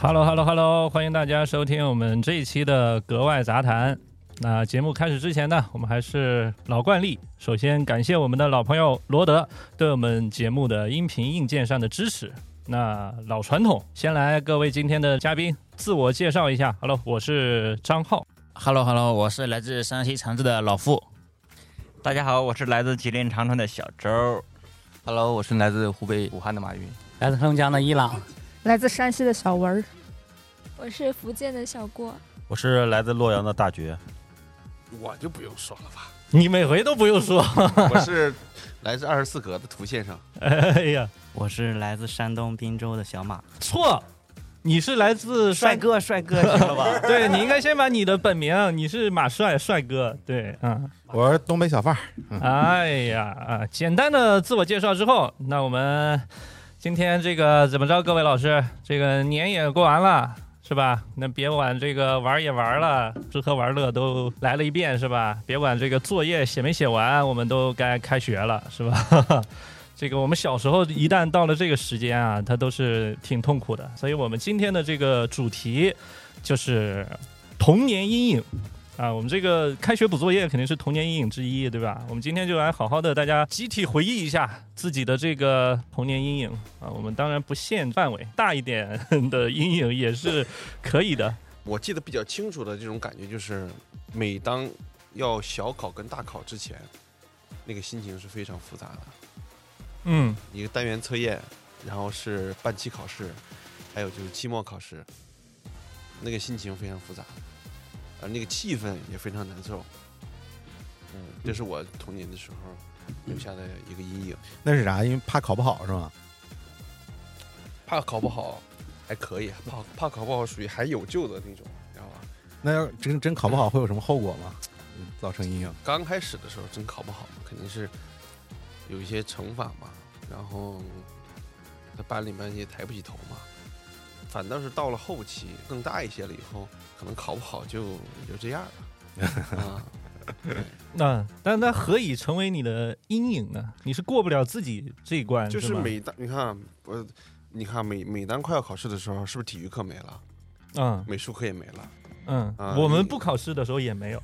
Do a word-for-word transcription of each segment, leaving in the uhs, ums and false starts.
Hello Hello Hello， 欢迎大家收听我们这一期的格外杂谈。那节目开始之前呢，我们还是老惯例，首先感谢我们的老朋友罗德对我们节目的音频硬件上的支持。那老传统，先来各位今天的嘉宾自我介绍一下。Hello， 我是张浩。 Hello Hello， 我是来自山西长治的老傅。 大家好，我是来自吉林长春的小周。 Hello， 我是来自湖北武汉的马云。 来自黑龙江的伊朗。 来自山西的小文。 我是福建的小郭。 我是来自洛阳的大觉。 我就不用说了吧， 你每回都不用说。 我是来自二十四格的涂先生。 哎呀， 我是来自山东滨州的小马。 错，你是来自帅哥，帅哥，知道吧？ 对，你应该先把你的本名，你是马帅，帅哥。对，嗯， 我是东北小范儿。 嗯、哎呀啊，简单的自我介绍之后，那我们今天这个怎么着，各位老师，这个年也过完了。是吧？那别管这个玩也玩了，吃喝玩乐都来了一遍，是吧？别管这个作业写没写完，我们都该开学了，是吧？这个我们小时候一旦到了这个时间啊，它都是挺痛苦的。所以我们今天的这个主题就是童年阴影啊。我们这个开学补作业肯定是童年阴影之一，对吧？我们今天就来好好的大家集体回忆一下自己的这个童年阴影啊。我们当然不限范围，大一点的阴影也是可以的。 我记得比较清楚的这种感觉就是，每当要小考跟大考之前，那个心情是非常复杂的。 嗯， 一个单元测验，然后是半期考试，还有就是期末考试，那个心情非常复杂。而那个气氛也非常难受，嗯，这是我童年的时候留下的一个阴影。 那是啥？因为怕考不好是吗？ 怕考不好还可以，怕怕考不好属于还有救的那种，知道吧？ 那要真真考不好会有什么后果吗？造成阴影？ 刚开始的时候真考不好，肯定是有一些惩罚嘛，然后在班里面也抬不起头嘛。反倒是到了后期更大一些了以后，可能考不好就也就这样了啊。 那但那何以成为你的阴影呢？你是过不了自己这一关， 就是每当你看我，你看每每当快要考试的时候，是不是体育课没了？ 嗯， 美术课也没了。 嗯、啊，我们不考试的时候也没有。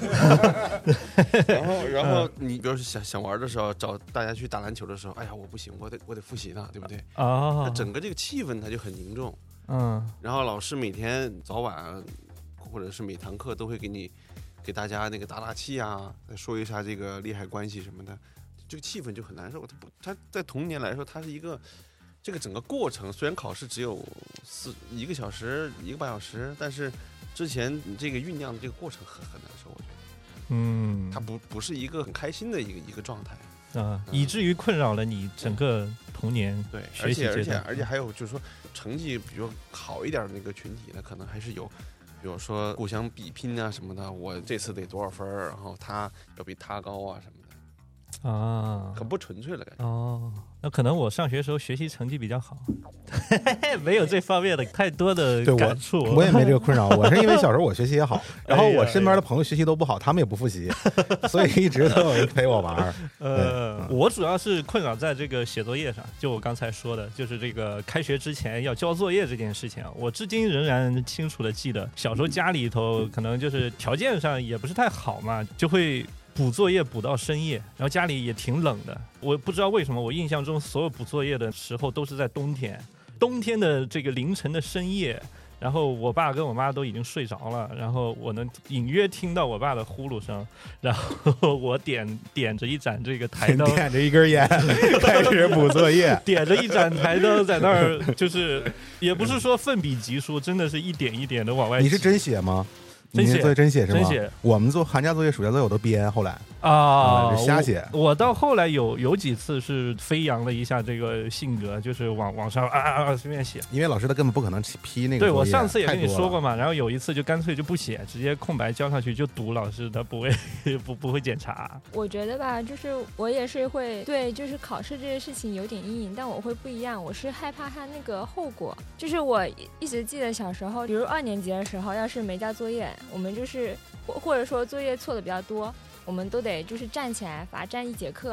然后，然后你比如说想想玩的时候，找大家去打篮球的时候，哎呀，我不行，我得我得复习呢，对不对？ 啊， 那整个这个气氛它就很凝重。 嗯， 然后老师每天早晚或者是每堂课都会给你给大家那个打打气啊，说一下这个利害关系什么的，这个气氛就很难受。它不，它在童年来说，它是一个这个整个过程，虽然考试只有四一个小时一个半小时，但是之前你这个酝酿的这个过程很很难受，我觉得， 嗯， 它不不是一个很开心的一个一个状态。 啊，以至于困扰了你整个童年。 对，而且而且而且还有就是说，成绩比如好一点的那个群体呢，可能还是有，比如说互相比拼啊什么的，我这次得多少分，然后他要比他高啊什么的。 啊， 很不纯粹了感觉。 哦，那可能我上学时候学习成绩比较好，没有这方面的太多的感触。 我, 我也没这个困扰，我是因为小时候我学习也好，然后我身边的朋友学习都不好，他们也不复习，所以一直都有人陪我玩。 呃，我主要是困扰在这个写作业上，就我刚才说的，就是这个开学之前要交作业这件事情，我至今仍然清楚的记得，小时候家里头可能就是条件上也不是太好嘛，就会补作业补到深夜，然后家里也挺冷的。我不知道为什么，我印象中所有补作业的时候都是在冬天，冬天的这个凌晨的深夜，然后我爸跟我妈都已经睡着了，然后我能隐约听到我爸的呼噜声，然后我点点着一盏这个台灯， 点着一根烟开始补作业， 点着一盏台灯在那儿，就是也不是说奋笔疾书，真的是一点一点的往外。 你是真写吗？ 真写作业真写是吗？ 真写。 我们做寒假作业、暑假作业我都编，后来啊、 嗯，瞎写我。我到后来有有几次是飞扬了一下这个性格，就是往往上啊啊啊随便写， 因为老师他根本不可能批那个作业。 对，我上次也跟你说过嘛，然后有一次就干脆就不写，直接空白交上去就读，老师他不会不不会检查。 我觉得吧，就是我也是会对就是考试这件事情有点阴影，但我会不一样，我是害怕它那个后果。就是我一直记得小时候，比如二年级的时候，要是没交作业，我们就是或或者说作业错的比较多，我们都得就是站起来罚站一节课，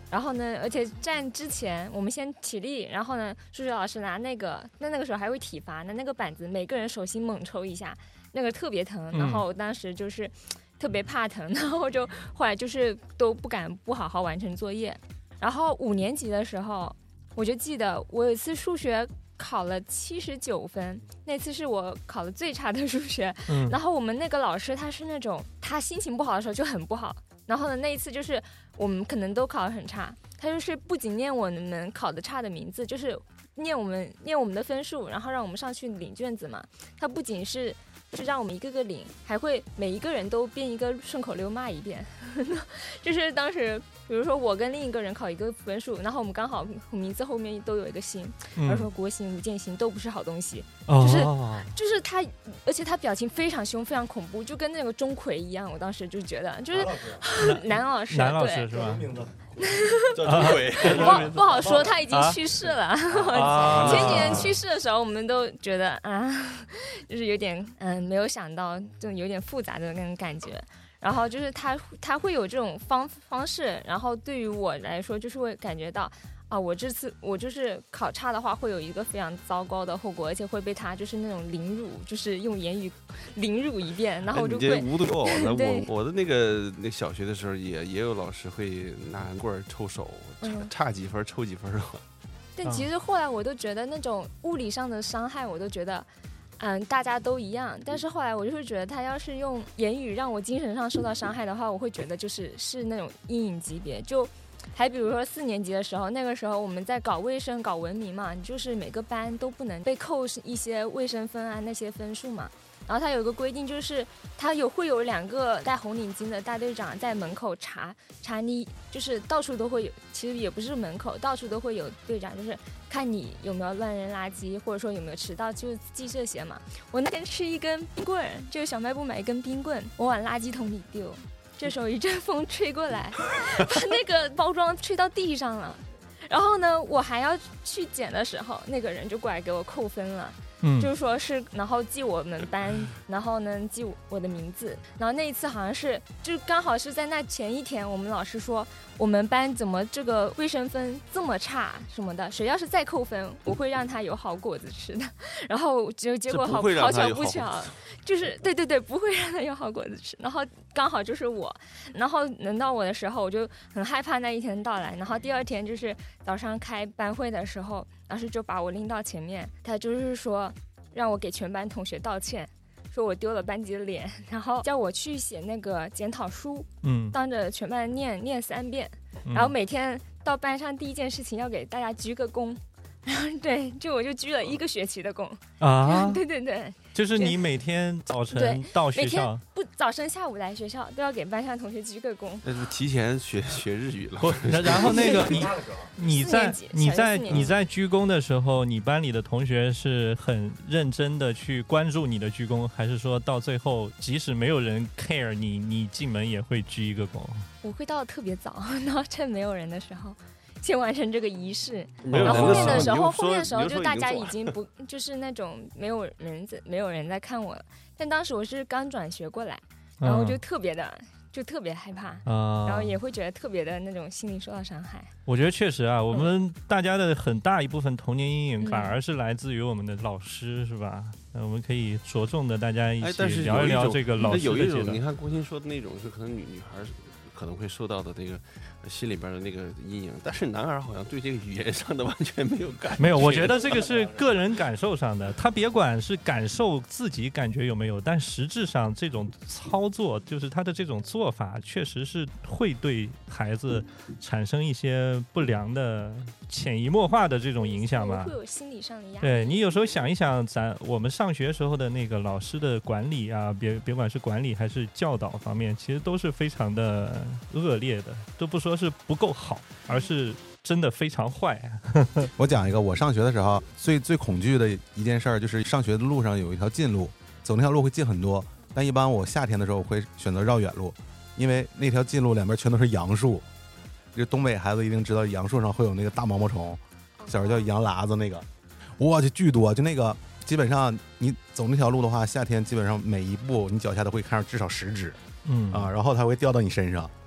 然后呢，而且站之前我们先起立，然后呢，数学老师拿那个，那那个时候还会体罚，那那个板子每个人手心猛抽一下，那个特别疼。然后我当时就是特别怕疼，然后就后来就是都不敢不好好完成作业。然后五年级的时候，我就记得我有一次数学考了七十九分，那次是我考的最差的数学。嗯，然后我们那个老师他是那种他心情不好的时候就很不好。然后呢，那一次就是我们可能都考得很差，他就是不仅念我们考得差的名字，就是念我们念我们的分数，然后让我们上去领卷子嘛。他不仅是是让我们一个个领，还会每一个人都编一个顺口溜骂一遍。就是当时比如说我跟另一个人考一个分数，然后我们刚好名字后面都有一个星，然后说国星、吴建新都不是好东西， 哦、 就是就是他，而且他表情非常凶，非常恐怖，就跟那个钟馗一样。我当时就觉得，就是男老师， 男老师是吧？ 叫钟馗， 不不好说，他已经去世了。啊、前几年去世的时候，我们都觉得啊，就是有点嗯，没有想到，就有点复杂的那种感觉。然后就是他他会有这种方方式，然后对于我来说，就是会感觉到啊，我这次我就是考差的话，会有一个非常糟糕的后果，而且会被他就是那种凌辱，就是用言语凌辱一遍，然后我就会。 无独有偶呢，我我的那个那小学的时候也也有老师会拿棍儿抽手，差差几分抽几分。 但其实后来我都觉得那种物理上的伤害，我都觉得。嗯，大家都一样，但是后来我就会觉得，他要是用言语让我精神上受到伤害的话，我会觉得就是是那种阴影级别。就还比如说四年级的时候，那个时候我们在搞卫生、搞文明嘛，就是每个班都不能被扣一些卫生分啊那些分数嘛。然后他有一个规定，就是他有会有两个戴红领巾的大队长在门口查查你，就是到处都会有，其实也不是门口，到处都会有队长，就是看你有没有乱扔垃圾，或者说有没有迟到，就记这些嘛。我那天吃一根冰棍，就是小卖部买一根冰棍，我往垃圾桶里丢，这时候一阵风吹过来，把那个包装吹到地上了。然后呢，我还要去捡的时候，那个人就过来给我扣分了。嗯，就是说是，然后记我们班，然后呢记我的名字，然后那一次好像是，就刚好是在那前一天，我们老师说我们班怎么这个卫生分这么差什么的，谁要是再扣分，我会让他有好果子吃的。然后就结果好好巧不巧，就是对对对，不会让他有好果子吃。然后刚好就是我，然后轮到我的时候，我就很害怕那一天到来。然后第二天就是早上开班会的时候，老师就把我拎到前面，他就是说让我给全班同学道歉，说我丢了班级的脸，然后叫我去写那个检讨书，嗯，当着全班念念三遍，然后每天到班上第一件事情要给大家鞠个躬，然后对，就我就鞠了一个学期的躬啊，对对对， 就是你每天早晨到学校， 不早上下午来学校都要给班上同学鞠个躬， 那是提前学学日语了。 然后那个你你在你在你在鞠躬的时候，你班里的同学是很认真的去关注你的鞠躬，还是说到最后即使没有人 care 你，你进门也会鞠一个躬？ 我会到的特别早，然后趁没有人的时候先完成这个仪式，然后后面的时候，后面的时候就大家已经不就是那种没有人没有人在看我了。但当时我是刚转学过来，然后就特别的、嗯、就特别害怕、啊，然后也会觉得特别的那种心理受到伤害。 我觉得确实啊，我们大家的很大一部分童年阴影反而是来自于我们的老师，是吧？那我们可以着重的大家一起聊一聊这个老师的阶段。 有一种，你看郭鑫说的那种，是可能女女孩可能会受到的那个心里边的那个阴影，但是男孩好像对这个语言上的完全没有感觉。 没有，我觉得这个是个人感受上的，他别管是感受自己感觉有没有，但实质上这种操作，就是他的这种做法，确实是会对孩子产生一些不良的、潜移默化的这种影响吧。 会有心理上的压力。 对，你有时候想一想，咱我们上学时候的那个老师的管理啊，别别管是管理还是教导方面，其实都是非常的恶劣的，都不说是不够好，而是真的非常坏。 我讲一个，我上学的时候最最恐惧的一件事儿，就是上学的路上有一条近路，走那条路会近很多，但一般我夏天的时候我会选择绕远路，因为那条近路两边全都是杨树。这东北孩子一定知道，杨树上会有那个大毛毛虫，小时候叫杨喇子，那个哇，就巨多，就那个基本上你走那条路的话，夏天基本上每一步你脚下都会看到至少十只，嗯啊，然后它会掉到你身上。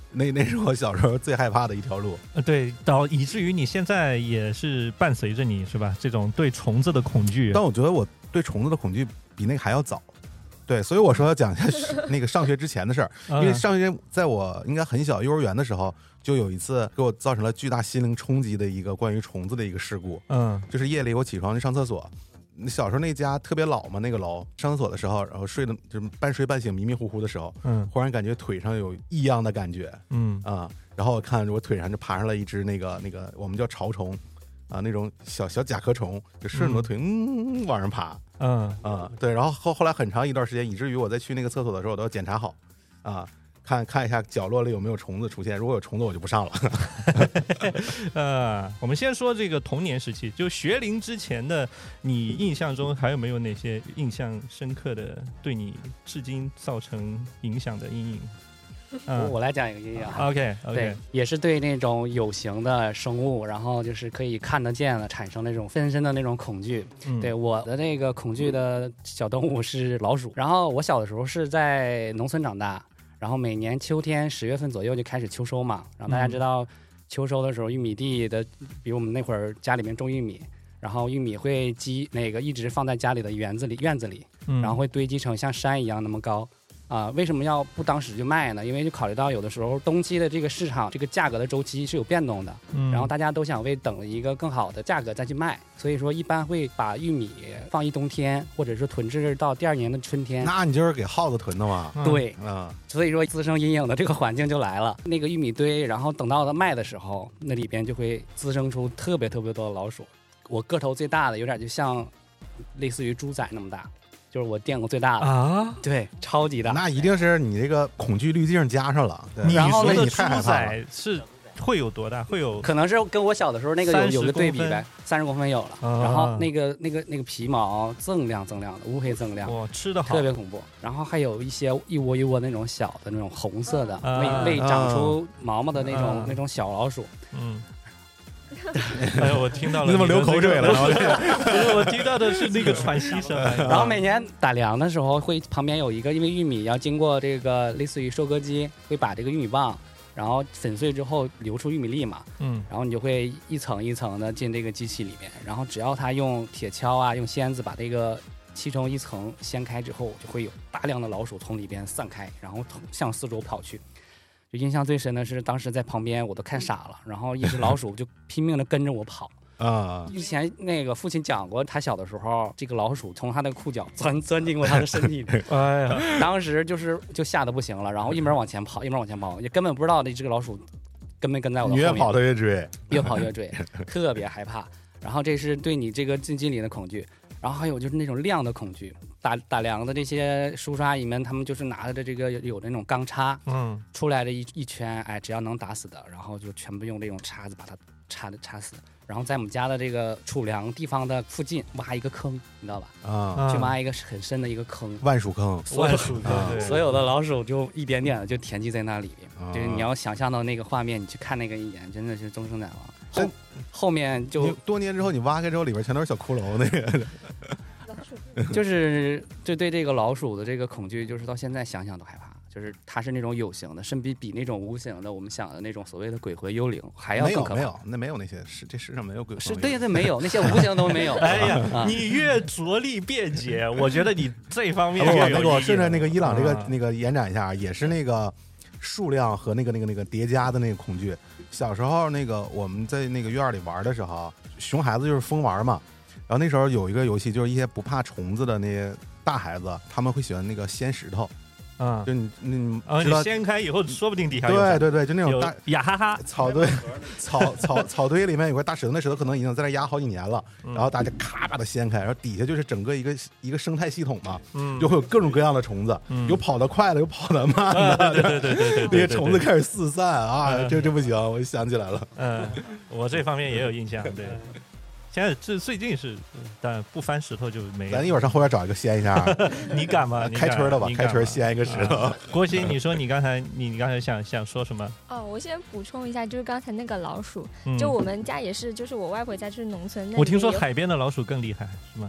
那那是我小时候最害怕的一条路。 呃，对，导以至于你现在也是伴随着你是吧？这种对虫子的恐惧。 但我觉得我对虫子的恐惧比那个还要早。对，所以我说要讲一下那个上学之前的事儿，因为上学在我应该很小幼儿园的时候，就有一次给我造成了巨大心灵冲击的一个关于虫子的一个事故。 嗯， 就是夜里我起床去上厕所，小时候那家特别老嘛，那个楼上厕所的时候，然后睡的就是半睡半醒、迷迷糊糊的时候， 嗯， 忽然感觉腿上有异样的感觉， 嗯啊，然后我看我腿上就爬上了一只那个那个我们叫潮虫。啊，那种小小甲壳虫就顺着我腿嗯往上爬， 嗯啊对，然后后后来很长一段时间，以至于我在去那个厕所的时候，我都要检查好，啊，看看一下角落里有没有虫子出现，如果有虫子我就不上了。 呃，我们先说这个童年时期，就学龄之前的你印象中还有没有哪些印象深刻的，对你至今造成影响的阴影？ 嗯、我我来讲一个阴影。 OK OK， 对，也是对那种有形的生物，然后就是可以看得见的，产生那种分身的那种恐惧。 嗯、 对，我的那个恐惧的小动物是老鼠。然后我小的时候是在农村长大，然后每年秋天十月份左右就开始秋收嘛。然后大家知道，秋收的时候玉米地的，比如我们那会儿家里面种玉米，然后玉米会积那个一直放在家里的园子里院子里， 嗯、 然后会堆积成像山一样那么高。啊、呃，为什么要不当时就卖呢？因为就考虑到有的时候冬期的这个市场这个价格的周期是有变动的， 嗯， 然后大家都想为等一个更好的价格再去卖，所以说一般会把玉米放一冬天，或者是囤置到第二年的春天。 那你就是给耗子囤的嘛？ 对， 嗯， 所以说滋生阴影的这个环境就来了。那个玉米堆，然后等到它卖的时候，那里边就会滋生出特别特别多的老鼠。我个头最大的有点就像类似于猪仔那么大。就是我见过最大的啊， 对，超级大。 那一定是你这个恐惧滤镜加上了。 你说的猪仔是会有多大？会有可能是跟我小的时候那个有有个对比呗，三十公分有了。 啊、 然后那个那个那个皮毛锃亮锃亮的，乌黑锃亮， 哇，吃的好， 特别恐怖。然后还有一些一窝一窝那种小的那种红色的， 啊、 未未长出毛毛的那种、 啊、 那种小老鼠。 嗯。哎呀，我听到了， 你怎么流口水了？ 不是，我听到的是那个喘息声。 然后每年打粮的时候，会旁边有一个，因为玉米要经过这个类似于收割机，会把这个玉米棒，然后粉碎之后流出玉米粒嘛。 嗯。 然后你就会一层一层的进这个机器里面，然后只要它用铁锹啊，用锨子把这个其中一层掀开之后，就会有大量的老鼠从里边散开，然后向四周跑去。就印象最深的是，当时在旁边我都看傻了，然后一只老鼠就拼命的跟着我跑啊！ 以前那个父亲讲过，他小的时候，这个老鼠从他的裤脚钻钻进过他的身体里， 哎呀， 当时就是就吓得不行了，然后一门往前跑，一门往前跑，也根本不知道这只老鼠跟没跟在我的后面， 你越跑它越追， 越跑越追，特别害怕。然后这是对你这个近距离的恐惧。然后还有就是那种量的恐惧，打打粮的这些叔叔阿姨们，他们就是拿着这个有那种钢叉， 嗯， 出来的一一圈，哎，只要能打死的，然后就全部用这种叉子把它插的插死。然后在我们家的这个储粮地方的附近挖一个坑，你知道吧？ 啊， 去挖一个很深的一个坑， 万鼠坑， 万鼠坑， 对，所有的老鼠就一点点的就填积在那里， 啊、 就是你要想象到那个画面，你去看那个一眼，真的是终生难忘。后后面就多年之后，你挖开之后，里边全都是小骷髅，那个就是就对这个老鼠的这个恐惧，就是到现在想想都害怕。就是它是那种有形的，甚至比那种无形的，我们想的那种所谓的鬼魂幽灵还要更可怕。 没有，没有，那没有那些世这世上没有鬼魂。 是对对，没有那些无形都没有。 哎呀，啊、你越着力辩解，我觉得你这方面越有。 那个我顺着那个伊朗这个、 啊、 那个延展一下，也是那个数量和那个那个那个叠加的那个恐惧。小时候那个我们在那个院里玩的时候，熊孩子就是疯玩嘛。然后那时候有一个游戏，就是一些不怕虫子的那些大孩子，他们会喜欢那个掀石头。 啊、 嗯，就你你啊，你掀开以后，说不定底下有对对对，就那种大呀哈哈草堆，草草草堆里面有块大石头，那石头可能已经在那压好几年了， 嗯、 然后大家咔把它掀开，然后底下就是整个一个一个生态系统嘛， 嗯， 就会有各种各样的虫子， 嗯、 有跑得快的，有跑得慢的， 啊、对对对对对， 那些虫子开始四散啊， 嗯、 这这不行，我想起来了， 嗯，我这方面也有印象，对。现在这最近是，但不翻石头就没。 咱一会儿上后边找一个掀一下， 你敢吗？ 开春的吧，开春掀一个石头。 啊、郭鑫，你说你刚才你你刚才想想说什么？ 哦，我先补充一下，就是刚才那个老鼠， 嗯、 就我们家也是，就是我外婆家就是农村。 我听说海边的老鼠更厉害，是吗？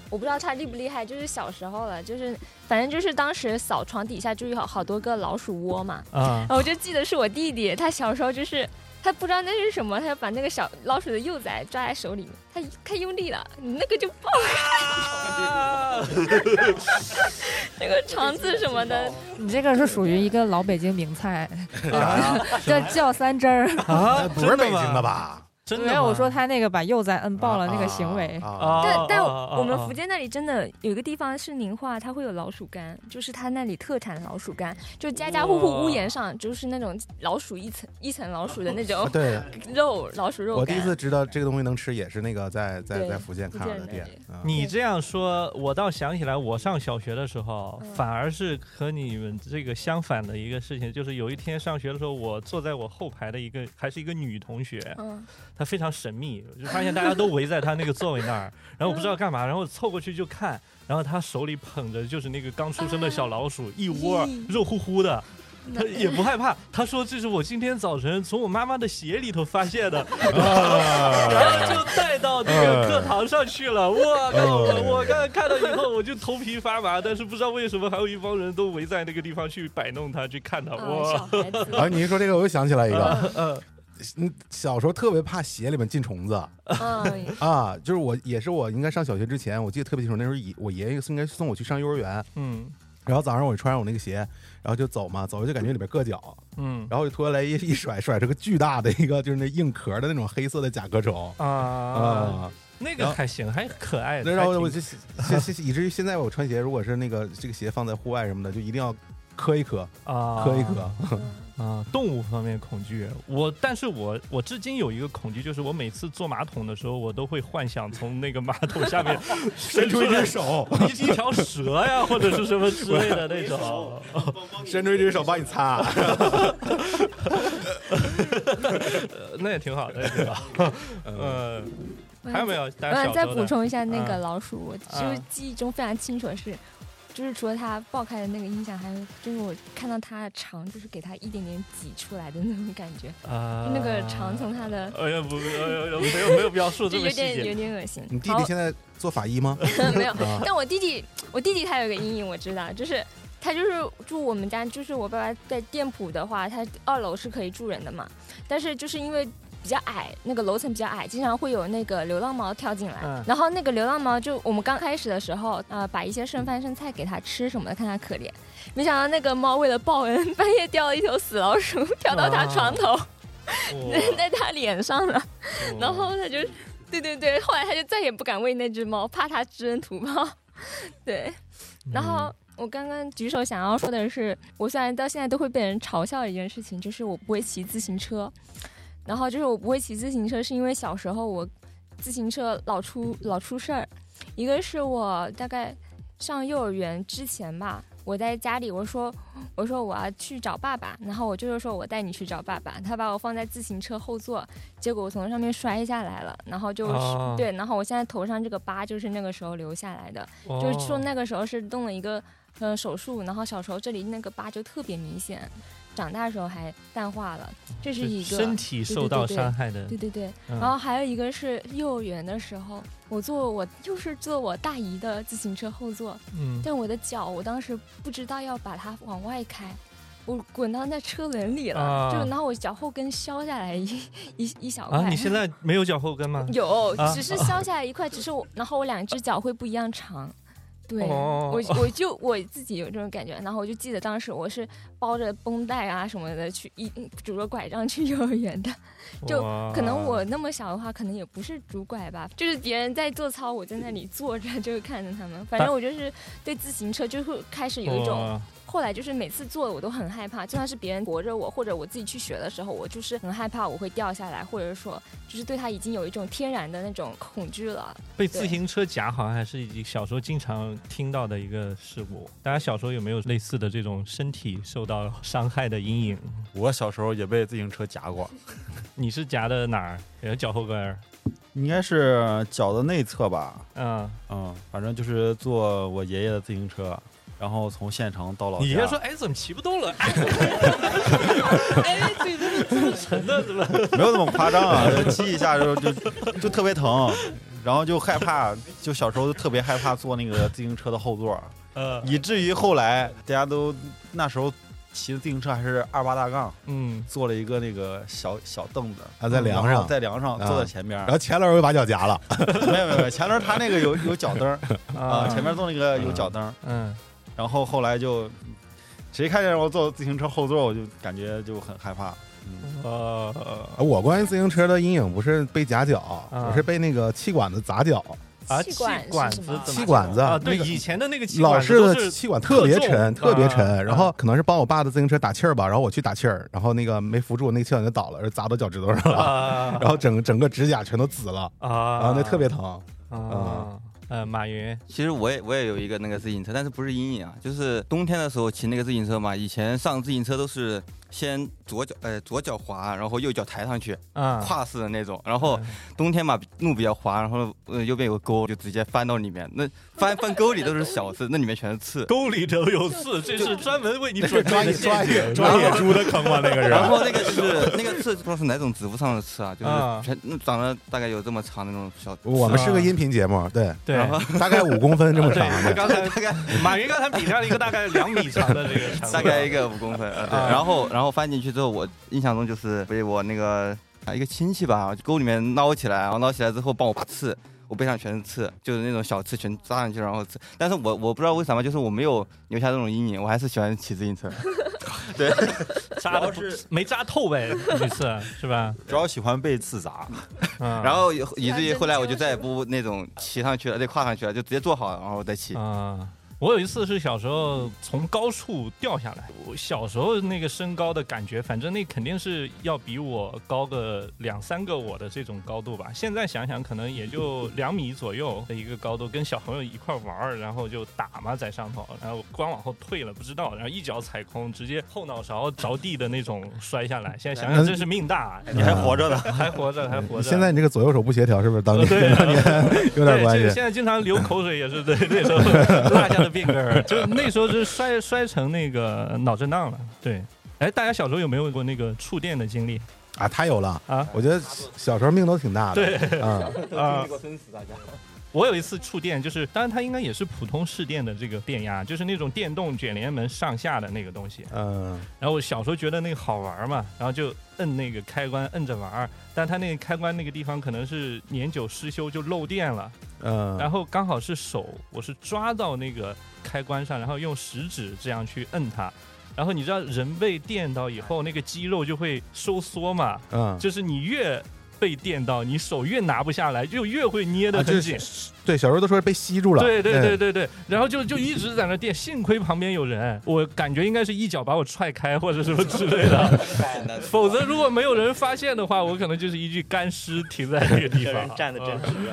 我不知道他厉不厉害，就是小时候了，就是反正就是当时扫床底下就有好好多个老鼠窝嘛， 啊， 然后我就记得是我弟弟，他小时候就是他不知道那是什么，他就把那个小老鼠的幼崽抓在手里面，他太用力了，那个就爆开，那个肠子什么的。 你这个是属于一个老北京名菜， 啊叫叫三汁儿。 啊， 不是北京的吧？ 真的吗？ 没有，我说他那个把幼崽摁爆了那个行为。 啊啊啊， 但但啊我们福建那里真的有一个地方是宁化，它会有老鼠干，就是它那里特产老鼠干，就家家户户屋檐上就是那种老鼠一层一层老鼠的那种对， 肉，老鼠肉干。 我第一次知道这个东西能吃，也是那个在在对在福建看到的店福建那里。 啊你这样说，我倒想起来，我上小学的时候， 嗯反而是和你们这个相反的一个事情，就是有一天上学的时候，我坐在我后排的一个还是一个女同学， 嗯， 她非常神秘，我就发现大家都围在她那个座位那儿，然后我不知道干嘛，然后凑过去就看，然后她手里捧着就是那个刚出生的小老鼠，一窝咦肉乎乎的。他也不害怕，他说这是我今天早晨从我妈妈的鞋里头发现的，然后就带到那个课堂上去了。我靠！我刚刚看到以后我就头皮发麻，但是不知道为什么还有一帮人都围在那个地方去摆弄它，去看它。 啊哇！ 小孩子， 啊，你一说这个，我又想起来一个， 嗯嗯，小时候特别怕鞋里面进虫子嗯啊，就是我也是我应该上小学之前，我记得特别清楚，那时候爷我爷爷应该送我去上幼儿园， 嗯然后早上我就穿上我那个鞋，然后就走嘛，走就感觉里边硌脚， 嗯然后就脱下来一一甩，甩出个巨大的一个就是那硬壳的那种黑色的甲壳虫啊， 啊， 那个还行，还可爱的。 然后我还挺就现现以至于现在我穿鞋，如果是那个这个鞋放在户外什么的，就一定要磕一磕， 啊， 磕一磕。 啊，动物方面恐惧，我但是我我至今有一个恐惧，就是我每次坐马桶的时候，我都会幻想从那个马桶下面伸出一只手， 一一条蛇呀，或者是什么之类的那种， 伸出一只手帮你擦。 那也挺好，那也挺好。呃，还有没有？大家我想再小时候的补充一下那个嗯老鼠，我就嗯记忆中非常清楚的是，就是除了它爆开的那个印象，还有就是我看到它的肠，就是给它一点点挤出来的那种感觉， 啊， 那个肠从它的哎呀不，哎呀没有没有描述这就有么细点有节。 点恶心。 你弟弟现在做法医吗？ 没有， 啊但我弟弟，我弟弟他有个阴影，我知道，就是他就是住我们家，就是我爸爸在店铺的话，他二楼是可以住人的嘛，但是就是因为比较矮，那个楼层比较矮，经常会有那个流浪猫跳进来， 嗯然后那个流浪猫就我们刚开始的时候，呃，把一些剩饭剩菜给它吃什么的，看它可怜，没想到那个猫为了报恩，半夜叼了一头死老鼠跳到他床头， 哇在他脸上了，然后他就，对对对，后来他就再也不敢喂那只猫，怕它知恩图报。对，然后我刚刚举手想要说的是，我虽然到现在都会被人嘲笑的一件事情，就是我不会骑自行车。然后就是我不会骑自行车，是因为小时候我自行车老出老出事儿。一个是我大概上幼儿园之前吧，我在家里我说我说我要去找爸爸，然后我就是说我带你去找爸爸，他把我放在自行车后座，结果我从上面摔下来了，然后就、 哦对，然后我现在头上这个疤就是那个时候留下来的， 哦就是说那个时候是动了一个呃手术，然后小时候这里那个疤就特别明显，长大的时候还淡化了，这是一个身体受到伤害的。 对对对， 嗯然后还有一个是幼儿园的时候，我坐我就是坐我大姨的自行车后座， 嗯但我的脚我当时不知道要把它往外开，我滚到那车轮里了， 啊就然后我脚后跟削下来一一一小块。 啊，你现在没有脚后跟吗？ 有， 啊只是削下来一块，只是我，然后我两只脚会不一样长。对， 哦我我就我自己有这种感觉，然后我就记得当时我是包着绷带啊什么的去一拄着拐杖去幼儿园的，就哇可能我那么小的话，可能也不是拄拐吧，就是别人在做操，我在那里坐着，就看着他们。反正我就是对自行车就会开始有一种哇， 后来就是每次坐我都很害怕，就算是别人驮着我，或者我自己去学的时候，我就是很害怕我会掉下来，或者说就是对它已经有一种天然的那种恐惧了。 被自行车夹好像还是小时候经常听到的一个事故。大家小时候有没有类似的这种身体受到伤害的阴影？ 我小时候也被自行车夹过， 你是夹的哪儿？也是脚后跟儿？ 应该是脚的内侧吧。 嗯嗯，反正就是坐我爷爷的自行车，然后从县城到老家。 你爷爷说：“哎，怎么骑不动了？”哎，嘴这么这么沉的，怎么？ 没有那么夸张啊，骑一下就就就特别疼。 然后就害怕，就小时候就特别害怕坐那个自行车的后座， 呃， 以至于后来大家都那时候骑的自行车还是二八大杠， 嗯， 做了一个那个小小凳子， 啊，在梁上， 在梁上坐在前边， 然后前轮又把脚夹了， 没有没有没有，前轮它那个有有脚蹬啊，前面坐那个有脚蹬， 嗯， 然后后来就谁看见我坐自行车后座，我就感觉就很害怕。 嗯，呃， 我关于自行车的阴影不是被夹脚， 啊我是被那个气管子砸脚。 啊， 气管管子是什么， 气管子啊，对， 那个以前的那个气管老子式的都是气管特别沉， 特重特别沉。 啊然后可能是帮我爸的自行车打气儿吧，然后我去打气儿，然后那个没扶住，那个气管就倒了，砸到脚趾头上了， 啊然后整整个指甲全都紫了， 啊， 然后那特别疼。 啊，呃，马云， 其实我也我也有一个那个自行车，但是不是阴影啊，就是冬天的时候骑那个自行车嘛。以前上自行车都是先左脚呃左脚滑，然后右脚抬上去， 啊， 跨式的那种。然后冬天嘛路比较滑，然后呃右边有个沟，就直接翻到里面。那翻翻沟里都是小刺，那里面全是刺。 沟里头有刺，这是专门为你准备的专业专业猪的坑吗？那个是。 然后那个是那个刺不知道是哪种植物上的刺啊，就是啊全那长得大概有这么长的那种小。 我们是个音频节目，对对， 然后大概五公分这么长对， 的。 刚才大概马云刚才比下了一个大概两米长的这个长度， 大概一个五公分，呃，对。 啊然后然后翻进去之后，我印象中就是被我那个啊一个亲戚吧，沟里面捞起来，然后捞起来之后帮我拔刺。我背上全是刺，就是那种小刺全扎上去，然后刺。但是我我不知道为什么，就是我没有留下这种阴影，我还是喜欢骑自行车。对， 扎的是没扎透呗，那次是吧？ 主要喜欢被刺砸， 嗯， 然后以至于后来我就再也不那种骑上去了，对，跨上去了，就直接坐好，然后再骑。 啊。我有一次是小时候从高处掉下来，我小时候那个身高的感觉，反正那肯定是要比我高个两三个我的这种高度吧。现在想想，可能也就两米左右的一个高度，跟小朋友一块玩儿，然后就打嘛在上头，然后光往后退了不知道，然后一脚踩空，直接后脑勺着地的那种摔下来。现在想想真是命大， 你还活着呢， 还活着，还活着。 现在你这个左右手不协调，是不是当年对当年有点关系？ 现在经常流口水也是对那时候落下的病根儿，就那时候是摔摔成那个脑震荡了。对，哎，大家小时候有没有过那个触电的经历啊？太有了啊！ 我觉得小时候命都挺大的。 对啊啊。我有一次触电，就是当然它应该也是普通市电的这个电压，就是那种电动卷帘门上下的那个东西。 嗯。 然后我小时候觉得那个好玩嘛，然后就摁那个开关摁着玩，但它那个开关那个地方可能是年久失修就漏电了。 嗯。 然后刚好是手，我是抓到那个开关上，然后用食指这样去摁它。然后你知道人被电到以后，那个肌肉就会收缩嘛。 嗯。 就是你越被电到，你手越拿不下来，就越会捏得很紧。 啊、对，小时候都说被吸住了。 对对对对对，然后就就一直在那电，幸亏旁边有人，我感觉应该是一脚把我踹开或者什么之类的，否则如果没有人发现的话，我可能就是一具干尸停在那个地方。 站的真直。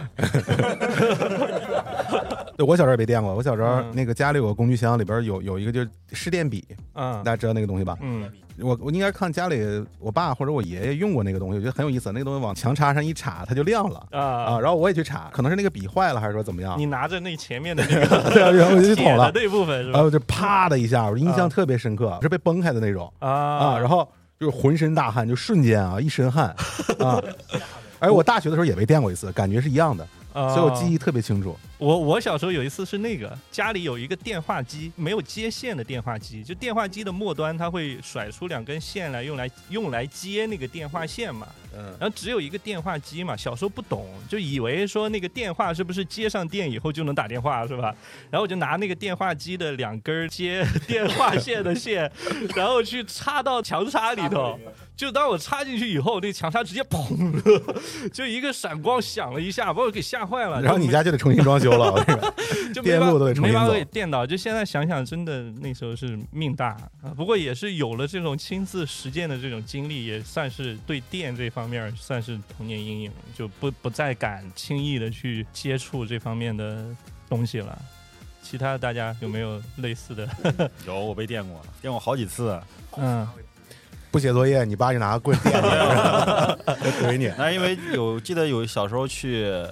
对，我小时候也被电过。我小时候那个家里有个工具箱，里边有有一个就是试电笔， 嗯， 大家知道那个东西吧？ 嗯。 我我应该看家里我爸或者我爷爷用过那个东西，我觉得很有意思。那个东西往墙插上一插，它就亮了啊啊！然后我也去插，可能是那个笔坏了还是说怎么样？ 你拿着那前面的那个对啊，然后我就捅了那部分是吧？ 然后就啪的一下，我印象特别深刻，啊、是被崩开的那种啊啊！然后就是浑身大汗，就瞬间啊一身汗啊！而我大学的时候也被电过一次，感觉是一样的。所以我记忆特别清楚。 我我小时候有一次是那个家里有一个电话机，没有接线的电话机，就电话机的末端它会甩出两根线来用来用来接那个电话线嘛。嗯。然后只有一个电话机嘛，小时候不懂，就以为说那个电话是不是接上电以后就能打电话是吧？然后我就拿那个电话机的两根接电话线的线，然后去插到墙插里头。就当我插进去以后，那墙插直接砰，就一个闪光响了一下，把我给吓坏了。 然后你家就得重新装修了， 就电路都得重新走， 没把我给电到。就现在想想，真的那时候是命大啊。不过也是有了这种亲自实践的这种经历，也算是对电这方面算是童年阴影，就不不再敢轻易的去接触这方面的东西了。其他大家有没有类似的？ 有，我被电过，电过好几次。 嗯。 不写作业，你爸就拿个棍电你，怼你。 那因为有记得有小时候去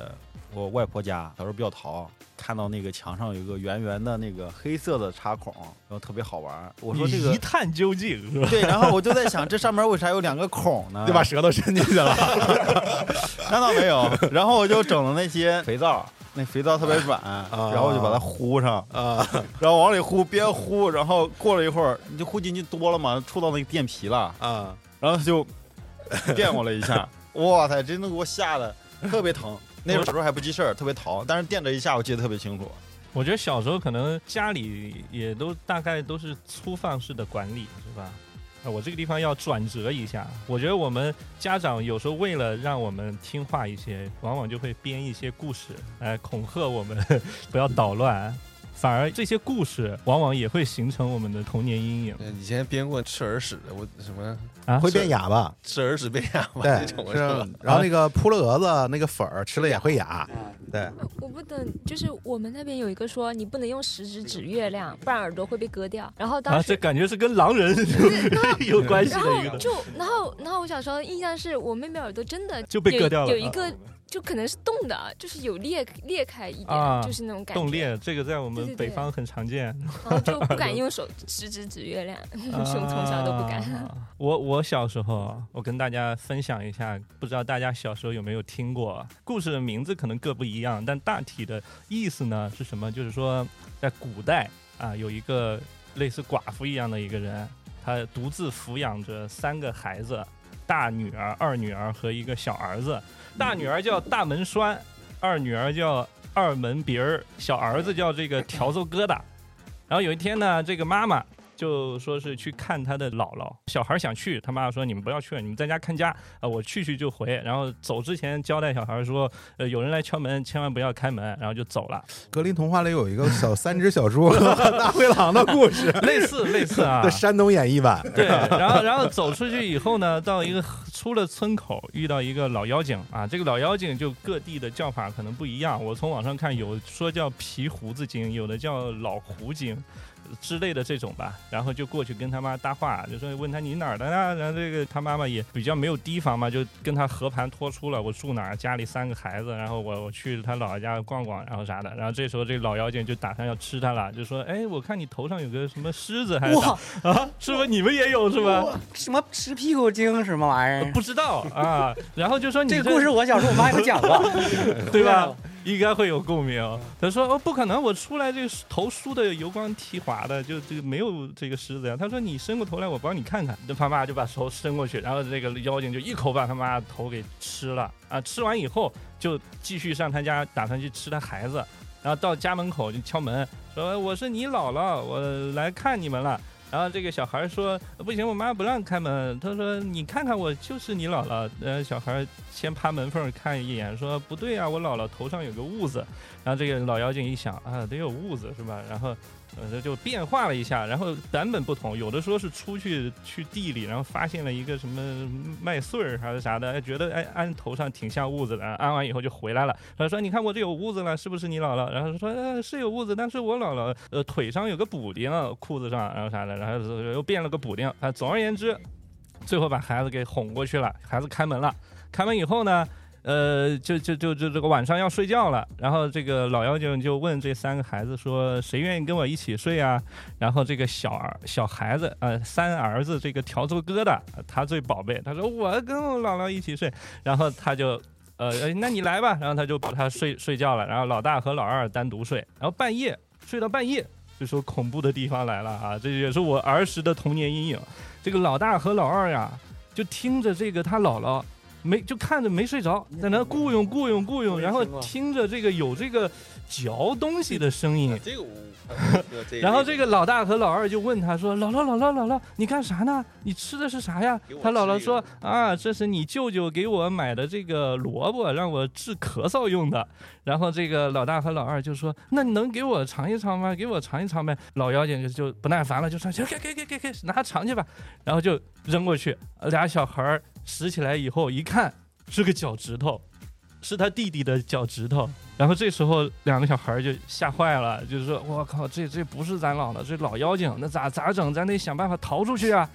我外婆家，小时候比较淘，看到那个墙上有一个圆圆的那个黑色的插孔，然后特别好玩。我说这个一探究竟是吧？ 对，然后我就在想，这上面为啥有两个孔呢？ 就把舌头伸进去了。 那倒没有。然后我就整了那些肥皂。那肥皂特别软，啊、然后我就把它糊上，啊、然后往里糊，边糊，然后过了一会儿，你就糊进去多了嘛，触到那个电皮了，啊，然后就电我了一下，哇塞，真的给我吓得特别疼。那时候还不记事儿，特别淘，但是电了一下，我记得特别清楚。 我觉得小时候可能家里也都大概都是粗放式的管理，是吧？我这个地方要转折一下，我觉得我们家长有时候为了让我们听话一些，往往就会编一些故事来恐吓我们不要捣乱，反而这些故事往往也会形成我们的童年阴影。 以前编过吃耳屎的，我什么啊会变哑巴， 吃耳屎变哑巴对那种是，然后那个扑了蛾子那个粉儿吃了也会哑，对。 我不等，就是我们那边有一个说你不能用食指指月亮，不然耳朵会被割掉。然后当时、 啊、这感觉是跟狼人有关系的一个。 就然后然后我小时候印象是我妹妹耳朵真的就被割掉了， 有一个。就可能是动的，就是有裂裂开一点，啊、就是那种感觉。 冻裂，这个在我们北方很常见。 对对对然后就不敢用手食指指月亮，啊、从从小都不敢。 我我小时候，我跟大家分享一下，不知道大家小时候有没有听过？故事的名字可能各不一样，但大体的意思呢是什么？就是说，在古代啊，有一个类似寡妇一样的一个人，他独自抚养着三个孩子。大女儿、二女儿和一个小儿子，大女儿叫大门栓，二女儿叫二门鼻儿，小儿子叫这个笤帚疙瘩。然后有一天呢，这个妈妈就说是去看他的姥姥，小孩想去，他妈妈说你们不要去了，你们在家看家啊、呃，我去去就回。然后走之前交代小孩说，呃，有人来敲门，千万不要开门，然后就走了。 格林童话里有一个小三只小猪和大灰狼的故事， 类似类似啊， 的山东演绎版。 对，然后然后走出去以后呢，到一个出了村口，遇到一个老妖精啊，这个老妖精就各地的叫法可能不一样，我从网上看有说叫皮胡子精，有的叫老胡精。之类的这种吧，然后就过去跟他妈搭话，就说问他你哪儿的呢？然后这个他妈妈也比较没有提防嘛，就跟他和盘托出了我住哪儿，家里三个孩子，然后我我去他姥姥家逛逛，然后啥的。然后这时候这个老妖精就打算要吃他了，就说哎，我看你头上有个什么虱子还是啥啊？是不是你们也有是吧？ 什么吃屁股精什么玩意儿？ 不知道啊。然后就说你这, 这个故事我小时候我妈有讲过， 对吧？应该会有共鸣。他说哦，不可能，我出来这个头梳的油光剃滑的，就这个没有这个虱子呀。他说你伸过头来，我帮你看看。他妈就把手伸过去，然后这个妖精就一口把他妈头给吃了啊！吃完以后就继续上他家，打算去吃他孩子。然后到家门口就敲门，说我是你姥姥，我来看你们了。然后这个小孩说不行，我妈不让开门。他说你看看我就是你姥姥。呃，小孩先趴门缝看一眼，说不对啊，我姥姥头上有个痦子。然后这个老妖精一想啊，得有痦子是吧？然后呃就变化了一下，然后版本不同，有的说是出去去地里，然后发现了一个什么麦穗儿还是啥的，觉得哎按头上挺像痦子的，安完以后就回来了。他说你看我这有痦子了，是不是你姥姥？然后说、呃、是有痦子，但是我姥姥呃腿上有个补丁，裤子上然后啥的，然后又变了个补丁啊。总而言之，最后把孩子给哄过去了，孩子开门了。开门以后呢？呃，就就就就这个晚上要睡觉了，然后这个老妖精就问这三个孩子说，谁愿意跟我一起睡啊？然后这个小儿小孩子，呃，三儿子这个笤帚疙瘩，他最宝贝，他说我跟我姥姥一起睡，然后他就。呃，那你来吧，然后他就把他睡睡觉了，然后老大和老二单独睡，然后半夜睡到半夜，就说恐怖的地方来了啊，这也是我儿时的童年阴影。这个老大和老二呀，就听着这个他姥姥。没就看着没睡着，在那雇佣雇佣雇佣，然后听着这个有这个嚼东西的声音。 这个然后这个老大和老二就问他说：“姥姥姥姥姥姥，你干啥呢？你吃的是啥呀？”他姥姥说：“啊，这是你舅舅给我买的这个萝卜，让我治咳嗽用的。”然后这个老大和老二就说：“那你能给我尝一尝吗？给我尝一尝呗。”老妖精就不耐烦了，就说：“给给给给给，拿尝去吧。”然后就扔过去，俩小孩拾起来以后一看是个脚趾头，是他弟弟的脚趾头。然后这时候两个小孩就吓坏了，就是说我靠，这这不是咱姥姥，这老妖精，那咋咋整？咱得想办法逃出去啊。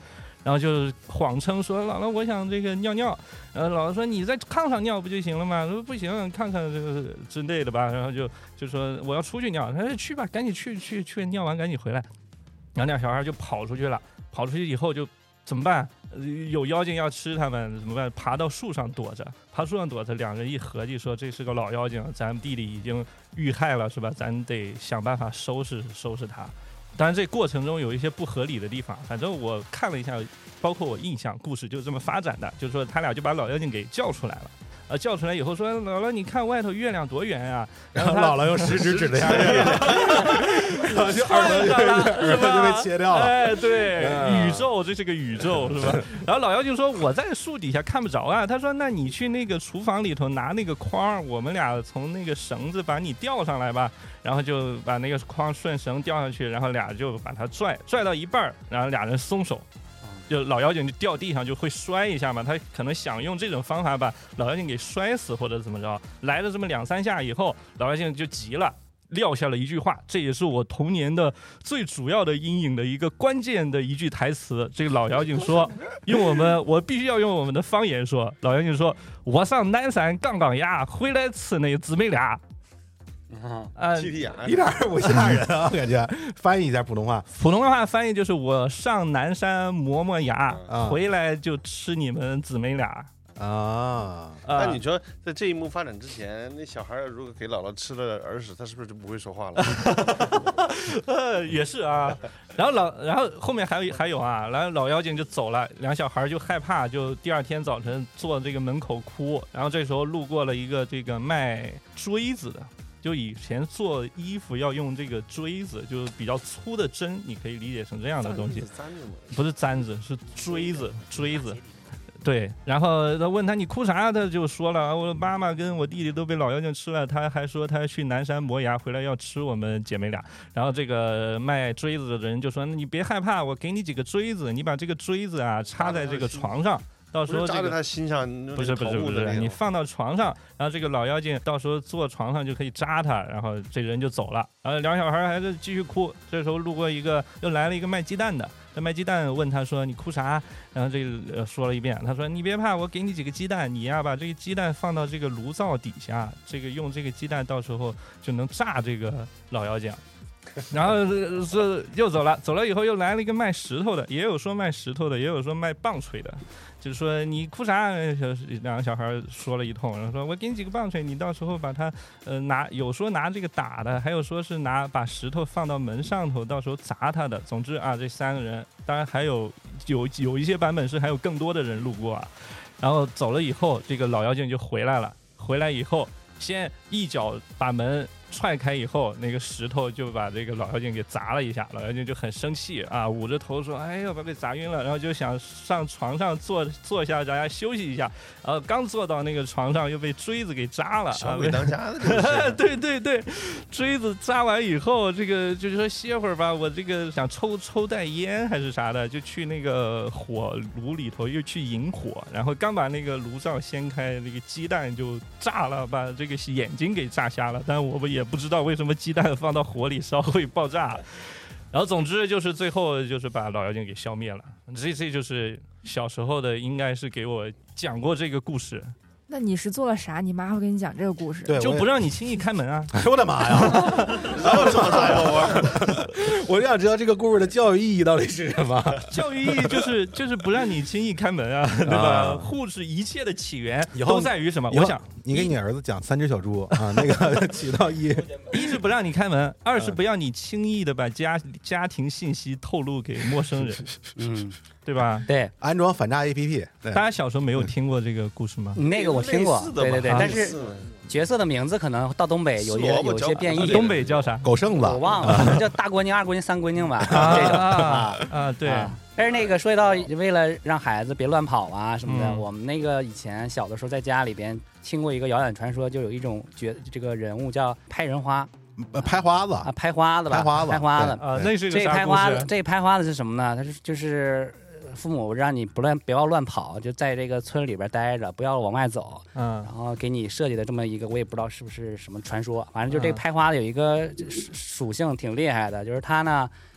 然后就谎称说姥姥我想这个尿尿，然后姥姥说你在炕上尿不就行了吗？说不行，看看这个之类的吧，然后就就说我要出去尿，他说去吧，赶紧去去去尿完赶紧回来，然后那小孩就跑出去了，跑出去以后就怎么办？有妖精要吃他们怎么办？爬到树上躲着，爬树上躲着，两人一合计说这是个老妖精，咱们地里已经遇害了是吧？咱得想办法收拾收拾他。当然这过程中有一些不合理的地方，反正我看了一下，包括我印象，故事就这么发展的，就是说他俩就把老妖精给叫出来了。呃，叫出来以后说姥姥，你看外头月亮多圆啊！然后姥姥用食指指了下月亮，然后就耳朵就耳朵就被切掉了。 哎，对，宇宙，这是个宇宙，是吧？然后老妖精说我在树底下看不着啊。他说那你去那个厨房里头拿那个筐，我们俩从那个绳子把你吊上来吧。然后就把那个筐顺绳吊上去，然后俩就把它拽拽到一半，然后俩人松手。就老妖精就掉地上就会摔一下嘛，他可能想用这种方法把老妖精给摔死或者怎么着，来了这么两三下以后，老妖精就急了，撂下了一句话，这也是我童年的最主要的阴影的一个关键的一句台词。这个老妖精说，用我们我必须要用我们的方言说，老妖精说，我上南山杠杠牙，回来吃那姊妹俩。 啊，一点儿不吓人啊！感觉翻译一下普通话， 普通话翻译就是我上南山磨磨牙，啊、回来就吃你们姊妹俩啊。 那你说，在这一幕发展之前，那小孩如果给姥姥吃了耳屎，他是不是就不会说话了？ 呃，也是啊。然后老，然后后面还有还有啊，然后老妖精就走了，两小孩就害怕，就第二天早晨坐这个门口哭。然后这时候路过了一个这个卖锥子的。就以前做衣服要用这个锥子，就是比较粗的针，你可以理解成这样的东西，不是簪子，是锥子，锥子。对，然后他问他你哭啥，他就说了，我妈妈跟我弟弟都被老妖精吃了，他还说他去南山磨牙回来要吃我们姐妹俩。然后这个卖锥子的人就说，你别害怕，我给你几个锥子，你把这个锥子啊插在这个床上。到时候、这个、 扎在他心上， 不是不是不是，你放到床上，然后这个老妖精到时候坐床上就可以扎他，然后这人就走了。然后两小孩还是继续哭。这时候路过一个，又来了一个卖鸡蛋的，这卖鸡蛋问他说：“你哭啥？”然后这个、呃、说了一遍，他说：“你别怕，我给你几个鸡蛋，你呀把这个鸡蛋放到这个炉灶底下，这个用这个鸡蛋到时候就能炸这个老妖精。”然后是又走了，走了以后又来了一个卖石头的，也有说卖石头的，也有说卖棒槌的，就是说你哭啥？两个小孩说了一通，然后说我给你几个棒槌，你到时候把它呃拿，有说拿这个打的，还有说是拿把石头放到门上头，到时候砸他的。总之啊，这三个人，当然还有有有一些版本是还有更多的人路过啊。然后走了以后，这个老妖精就回来了，回来以后先一脚把门踹开以后，那个石头就把这个老妖精给砸了一下，老妖精就很生气啊，捂着头说：“哎呦，把被砸晕了。”然后就想上床上坐坐下，让他休息一下。然后刚坐到那个床上，又被锥子给扎了。 小鬼当家的， 对对对，锥子扎完以后，这个就是说歇会儿吧，我这个想抽抽袋烟还是啥的，就去那个火炉里头又去引火，然后刚把那个炉灶掀开，那个鸡蛋就炸了，把这个眼睛给炸瞎了。但我们也不知道为什么鸡蛋放到火里烧会爆炸，然后总之就是最后就是把老妖精给消灭了。这这就是小时候的，应该是给我讲过这个故事。 那你是做了啥？你妈会跟你讲这个故事？ 对， 就不让你轻易开门啊！ 哎呦我的妈呀！哪有这么大呀我？我就想知道这个故事的教育意义到底是什么？ 教育意义就是就是不让你轻易开门啊，对吧？啊、护士一切的起源都在于什么？我想你给你儿子讲三只小猪啊，那个起到一一是不让你开门，二是不要你轻易的把家家庭信息透露给陌生人。嗯。对吧？ 对， 安装反诈 A P P。 大家小时候没有听过这个故事吗？ 那个我听过，对对对，但是角色的名字可能到东北有些有些变异。 东北叫啥？ 狗剩子， 我忘了，可能叫大国宁、二国宁、三国宁吧。这种啊啊，对。 但是那个说到为了让孩子别乱跑啊什么的，我们那个以前小的时候在家里边听过一个谣言传说，就有一种角这个人物叫拍人花。 拍花子啊，拍花子吧， 拍花子， 拍花子啊，那是这拍花子，这拍花子是什么呢？他是就是父母让你不乱，不要乱跑，就在这个村里边待着，不要往外走。嗯，然后给你设计的这么一个，我也不知道是不是什么传说，反正就这个拍花子有一个属性挺厉害的，就是它呢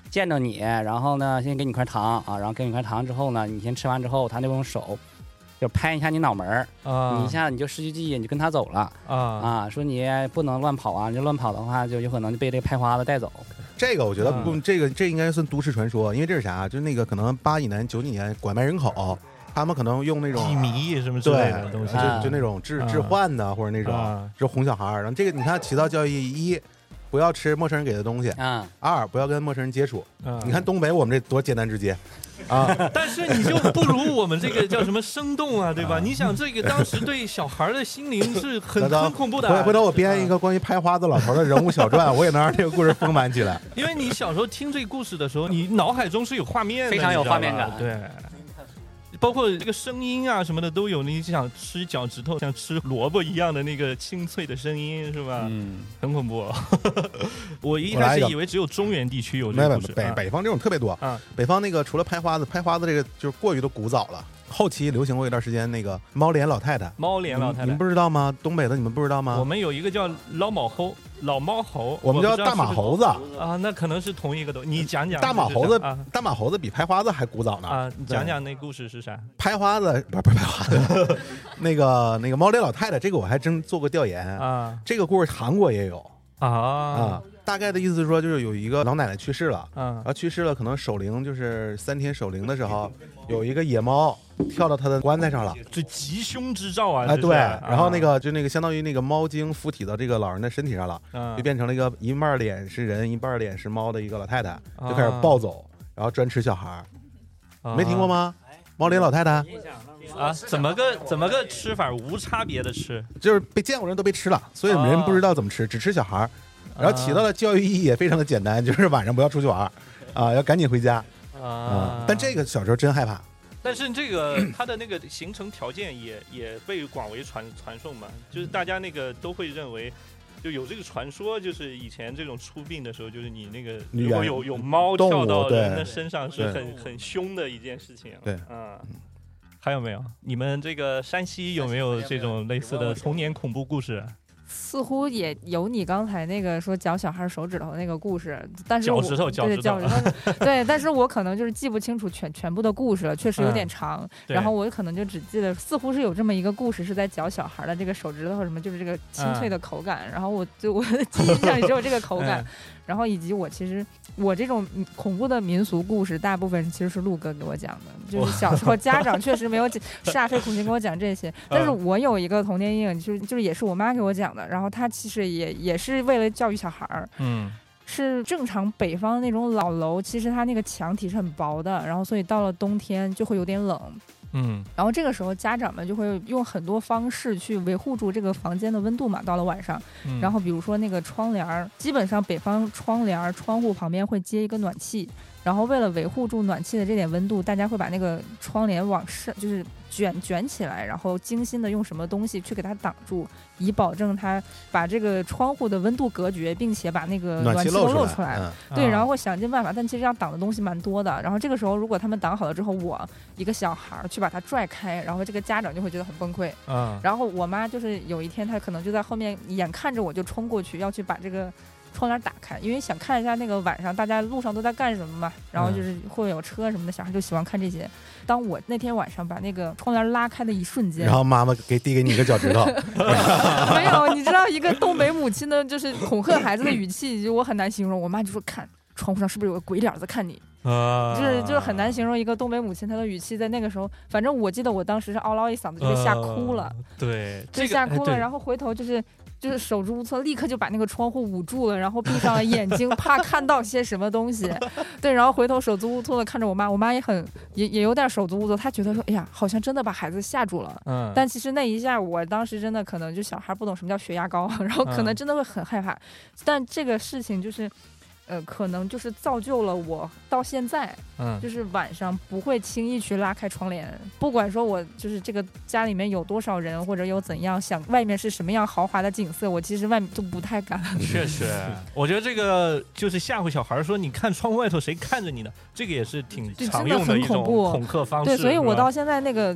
见着你，然后呢，先给你块糖啊，然后给你块糖之后呢，你先吃完之后，他就用手就拍一下你脑门儿， 啊， 你一下你就失去记忆，你就跟他走了啊啊，说你不能乱跑啊，你就乱跑的话，就有可能就被这个拍花子带走。 这个我觉得不， 嗯、 这个这应该算都市传说，因为这是啥？就那个可能八几年、九几年拐卖人口，他们可能用那种几迷什么之类的东西， 就就那种致致幻的、啊、或者那种、啊、就哄小孩儿。然后这个你看起到教育一。不要吃陌生人给的东西啊！二不要跟陌生人接触。嗯、你看东北我们这多简单直接啊！ 但是你就不如我们这个叫什么生动啊，对吧？啊、你想这个当时对小孩的心灵是很很恐怖的。 回回头我编一个关于拍花子老头的人物小传，我也能让这个故事丰满起来。 因为你小时候听这个故事的时候，你脑海中是有画面的， 非常有画面感。 对。包括这个声音啊什么的都有，你想吃脚趾头像吃萝卜一样的那个清脆的声音是吧？嗯，很恐怖、哦。我一开始以为只有中原地区有这个故事， 北、啊、北方这种特别多啊。北方那个除了拍花子，拍花子这个就是过于的古早了。后期流行过一段时间那个猫脸老太太， 猫脸老太太， 你们不知道吗？东北的你们不知道吗？ 我们有一个叫老猫猴，老猫猴， 我们叫大马猴子啊，那可能是同一个东西。你讲讲大马猴子，啊、大马猴子比拍花子还古早呢啊！你讲讲那故事是啥？ 拍花子不是不是拍花子，那个那个猫脸老太太，这个我还真做过调研啊。这个故事韩国也有啊啊。大概的意思是说，就是有一个老奶奶去世了，嗯，然后去世了，可能守灵就是三天守灵的时候，有一个野猫跳到他的棺材上了， 这吉凶之兆啊！ 哎，对，然后那个就那个相当于那个猫精附体到这个老人的身体上了，嗯，就变成了一个一半脸是人，一半脸是猫的一个老太太，就开始暴走，然后专吃小孩，没听过吗？猫脸老太太。 啊，怎么个怎么个吃法？无差别的吃， 就是被见过人都被吃了，所以人不知道怎么吃，只吃小孩。然后起到的教育意义也非常的简单，就是晚上不要出去玩，啊，要赶紧回家啊。但这个小时候真害怕。 但是这个它的那个形成条件也也被广为传传颂嘛，就是大家那个都会认为，就有这个传说，就是以前这种出殡的时候，就是你那个如果有有猫跳到人的身上是很很凶的一件事情。 对， 啊。还有没有？你们这个山西有没有这种类似的童年恐怖故事？ 似乎也有你刚才那个说绞小孩手指头那个故事，但是脚趾头，脚趾头， 对，但是我可能就是记不清楚全全部的故事了，确实有点长。嗯、然后我可能就只记得，似乎是有这么一个故事，是在绞小孩的这个手指头什么，就是这个清脆的口感。嗯、然后我就我的记忆上也只有这个口感。嗯、然后以及我其实我这种恐怖的民俗故事，大部分其实是陆哥给我讲的，就是小时候家长确实没有煞费苦心给我讲这些，但是我有一个童年阴影，就是就是也是我妈给我讲的。然后他其实也也是为了教育小孩儿，嗯，是正常北方那种老楼，其实它那个墙体是很薄的，然后所以到了冬天就会有点冷，嗯，然后这个时候家长们就会用很多方式去维护住这个房间的温度嘛。到了晚上，嗯、然后比如说那个窗帘，基本上北方窗帘窗户旁边会接一个暖气。然后为了维护住暖气的这点温度，大家会把那个窗帘往上就是卷卷起来，然后精心的用什么东西去给它挡住，以保证它把这个窗户的温度隔绝，并且把那个暖气都露出来。嗯、对，然后会想尽办法，但其实要挡的东西蛮多的。然后这个时候，如果他们挡好了之后，我一个小孩去把它拽开，然后这个家长就会觉得很崩溃。嗯、然后我妈就是有一天，她可能就在后面，眼看着我就冲过去要去把这个窗帘打开，因为想看一下那个晚上大家路上都在干什么嘛，然后就是会有车什么的，小孩就喜欢看这些。当我那天晚上把那个窗帘拉开的一瞬间， 然后妈妈给递给你一个脚趾头， 没有，你知道一个东北母亲的就是恐吓孩子的语气，就我很难形容。我妈就说：“看窗户上是不是有个鬼脸在看你？”啊，就是就是很难形容一个东北母亲她的语气，在那个时候，反正我记得我当时是嗷嗷一嗓子就被吓哭了， 呃、对， 就吓哭了，然后回头就是。就是手足无措，立刻就把那个窗户捂住了，然后闭上了眼睛，怕看到些什么东西。对，然后回头手足无措的看着我妈，我妈也很也也有点手足无措，她觉得说，哎呀，好像真的把孩子吓住了。嗯。但其实那一下，我当时真的可能就小孩不懂什么叫血压高，然后可能真的会很害怕。嗯、但这个事情就是。呃，可能就是造就了我到现在，嗯，就是晚上不会轻易去拉开窗帘，不管说我就是这个家里面有多少人，或者有怎样想外面是什么样豪华的景色，我其实外面都不太敢。 确实，我觉得这个就是吓唬小孩说，你看窗户外头谁看着你呢？这个也是挺常用的一种恐吓方式。 对，所以我到现在那个。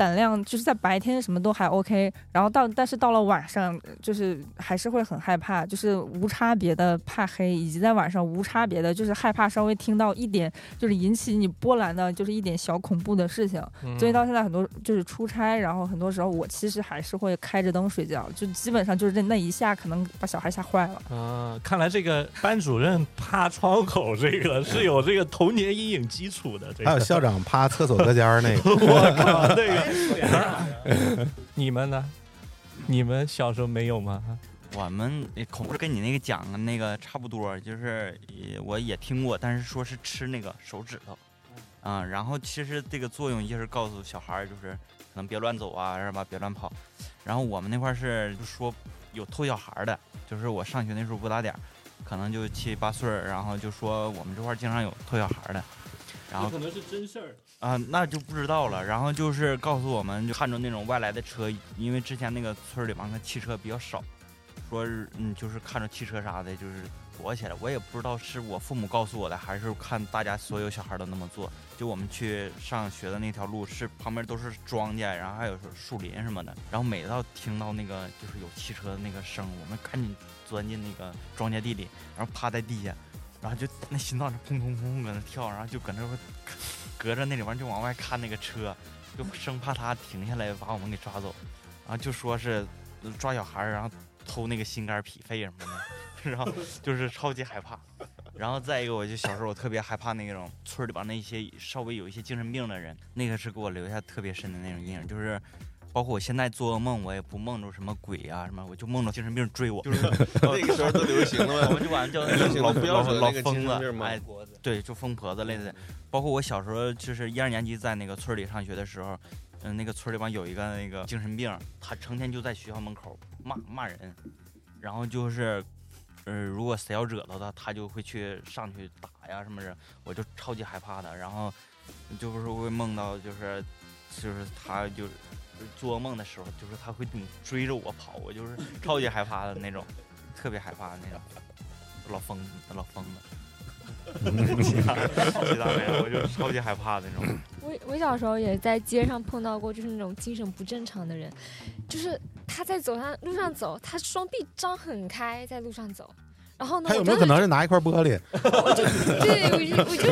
胆量就是在白天什么都还 OK， 然后到但是到了晚上就是还是会很害怕，就是无差别的怕黑，以及在晚上无差别的就是害怕稍微听到一点就是引起你波澜的就是一点小恐怖的事情、嗯、所以到现在很多就是出差，然后很多时候我其实还是会开着灯睡觉，就基本上就是那一下可能把小孩吓坏了啊。看来这个班主任趴窗口这个是有这个童年阴影基础的、这个、 还有校长趴厕所隔间那个我靠那个你们呢？你们小时候没有吗？ 我们恐怖跟你那个讲的那个差不多，就是我也听过，但是说是吃那个手指头，啊、嗯，然后其实这个作用就是告诉小孩，就是可能别乱走啊，是吧？别乱跑。然后我们那块是就说有偷小孩的，就是我上学那时候不大点，可能就七八岁，然后就说我们这块经常有偷小孩的。然后可能是真事儿啊、呃，那就不知道了。然后就是告诉我们，就看着那种外来的车，因为之前那个村里完了汽车比较少，说嗯，就是看着汽车啥的，就是躲起来。我也不知道是我父母告诉我的，还是看大家所有小孩都那么做。就我们去上学的那条路是旁边都是庄稼，然后还有树林什么的。然后每到听到那个就是有汽车的那个声，我们赶紧钻进那个庄稼地里，然后趴在地下。然后就那心脏就砰砰砰搁那跳，然后就搁那隔着那里边就往外看那个车，就生怕他停下来把我们给抓走，然后就说是抓小孩，然后偷那个心肝脾肺什么的，然后就是超级害怕。然后再一个，我就小时候我特别害怕那种村里边那些稍微有一些精神病的人，那个是给我留下特别深的那种阴影，就是包括我现在做噩梦，我也不梦着什么鬼啊什么，我就梦着精神病追我。就是那个时候都流行了， 我们就管叫老老老疯子，哎，对，就疯婆子类的。包括我小时候就是一二年级在那个村里上学的时候，嗯，那个村里边有一个那个精神病，他成天就在学校门口骂骂人，然后就是，呃，如果谁要惹到他，他就会去上去打呀什么的，我就超级害怕的。然后就是会梦到就是就是他就。做梦的时候，就是他会追着我跑，我就是超级害怕的那种，特别害怕的那种，老疯子，老疯子，其他其他没有，我就超级害怕的那种。 我我小时候也在街上碰到过，就是那种精神不正常的人，就是他在走上路上走，他双臂张很开，在路上走。然后呢？ 他有没有可能是拿一块玻璃？ 我就对我就我就是，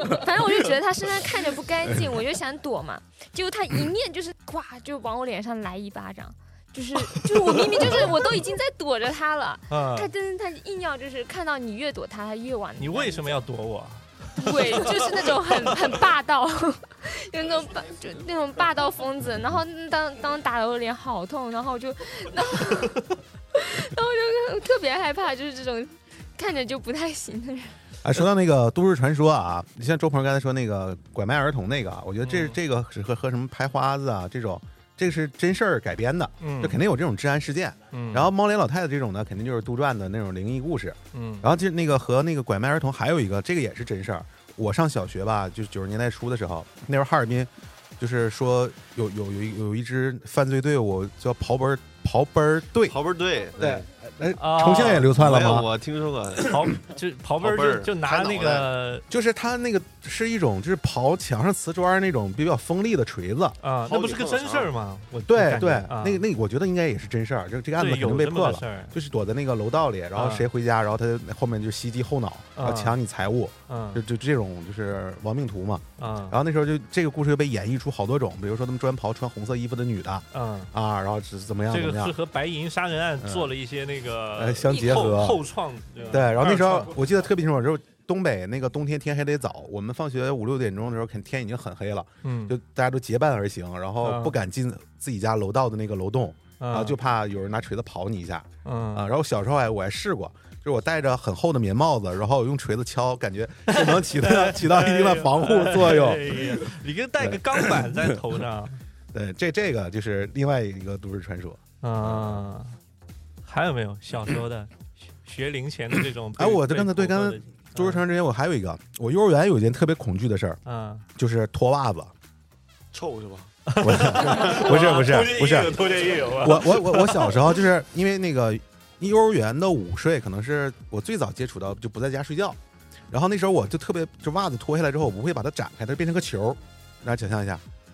反正我就觉得他身上看着不干净，我就想躲嘛。结果他一面就是咵就往我脸上来一巴掌，就是就是我明明就是我都已经在躲着他了，啊、他真他硬要就是看到你越躲他，他越往你为什么要躲我？ 对，就是那种很很霸道，有那种霸就那种霸道疯子。然后当当打得我脸好痛，然后就然后。然后我就特别害怕，就是这种看着就不太行的人。 哎，说到那个都市传说啊，你像周鹏刚才说那个拐卖儿童那个，我觉得这、嗯、这个是和和什么拍花子啊这种，这个是真事儿改编的，嗯，就肯定有这种治安事件。嗯，然后猫脸老太太这种呢，肯定就是杜撰的那种灵异故事。嗯，然后就那个和那个拐卖儿童还有一个，这个也是真事儿。我上小学吧，就是九十年代初的时候，那时候哈尔滨就是说有有有一有一支犯罪队伍叫刨奔刨奔队， 刨奔队， 对。哎，重庆也流窜了吗？ 我听说过， 刨就刨奔就就拿那个， 就是他那个是一种就是刨墙上瓷砖那种比较锋利的锤子啊，那不是个真事儿吗？我对对，那个那个我觉得应该也是真事儿，这这个案子肯定被破了，就是躲在那个楼道里，然后谁回家，然后他后面就袭击后脑，然后抢你财物，就就这种就是亡命徒嘛。然后那时候就这个故事就被演绎出好多种，比如说他们专刨穿红色衣服的女的，嗯啊，然后是怎么样怎么样， 这个是和白银杀人案做了一些那个。 呃，相结合后创对，然后那时候我记得特别清楚，就是东北那个冬天天黑得早，我们放学五六点钟的时候，肯天已经很黑了，嗯，就大家都结伴而行，然后不敢进自己家楼道的那个楼洞，然后就怕有人拿锤子刨你一下，嗯啊，然后小时候还我还试过，就是我戴着很厚的棉帽子，然后用锤子敲，感觉是能起到起到一定的防护作用。 哎呀，你跟戴个钢板在头上， 对，这这个就是另外一个都市传说啊。还有没有小时候的学龄前的这种？ 哎，我这刚才对刚才都市传说之前，我还有一个，我幼儿园有一件特别恐惧的事儿，嗯，就是脱袜子， 臭是吧？ 不是不是不是不是， 脱也有啊。 我我我我小时候就是因为那个幼儿园的午睡，可能是我最早接触到就不在家睡觉，然后那时候我就特别，就袜子脱下来之后，我不会把它展开，它就变成个球，大家想象一下。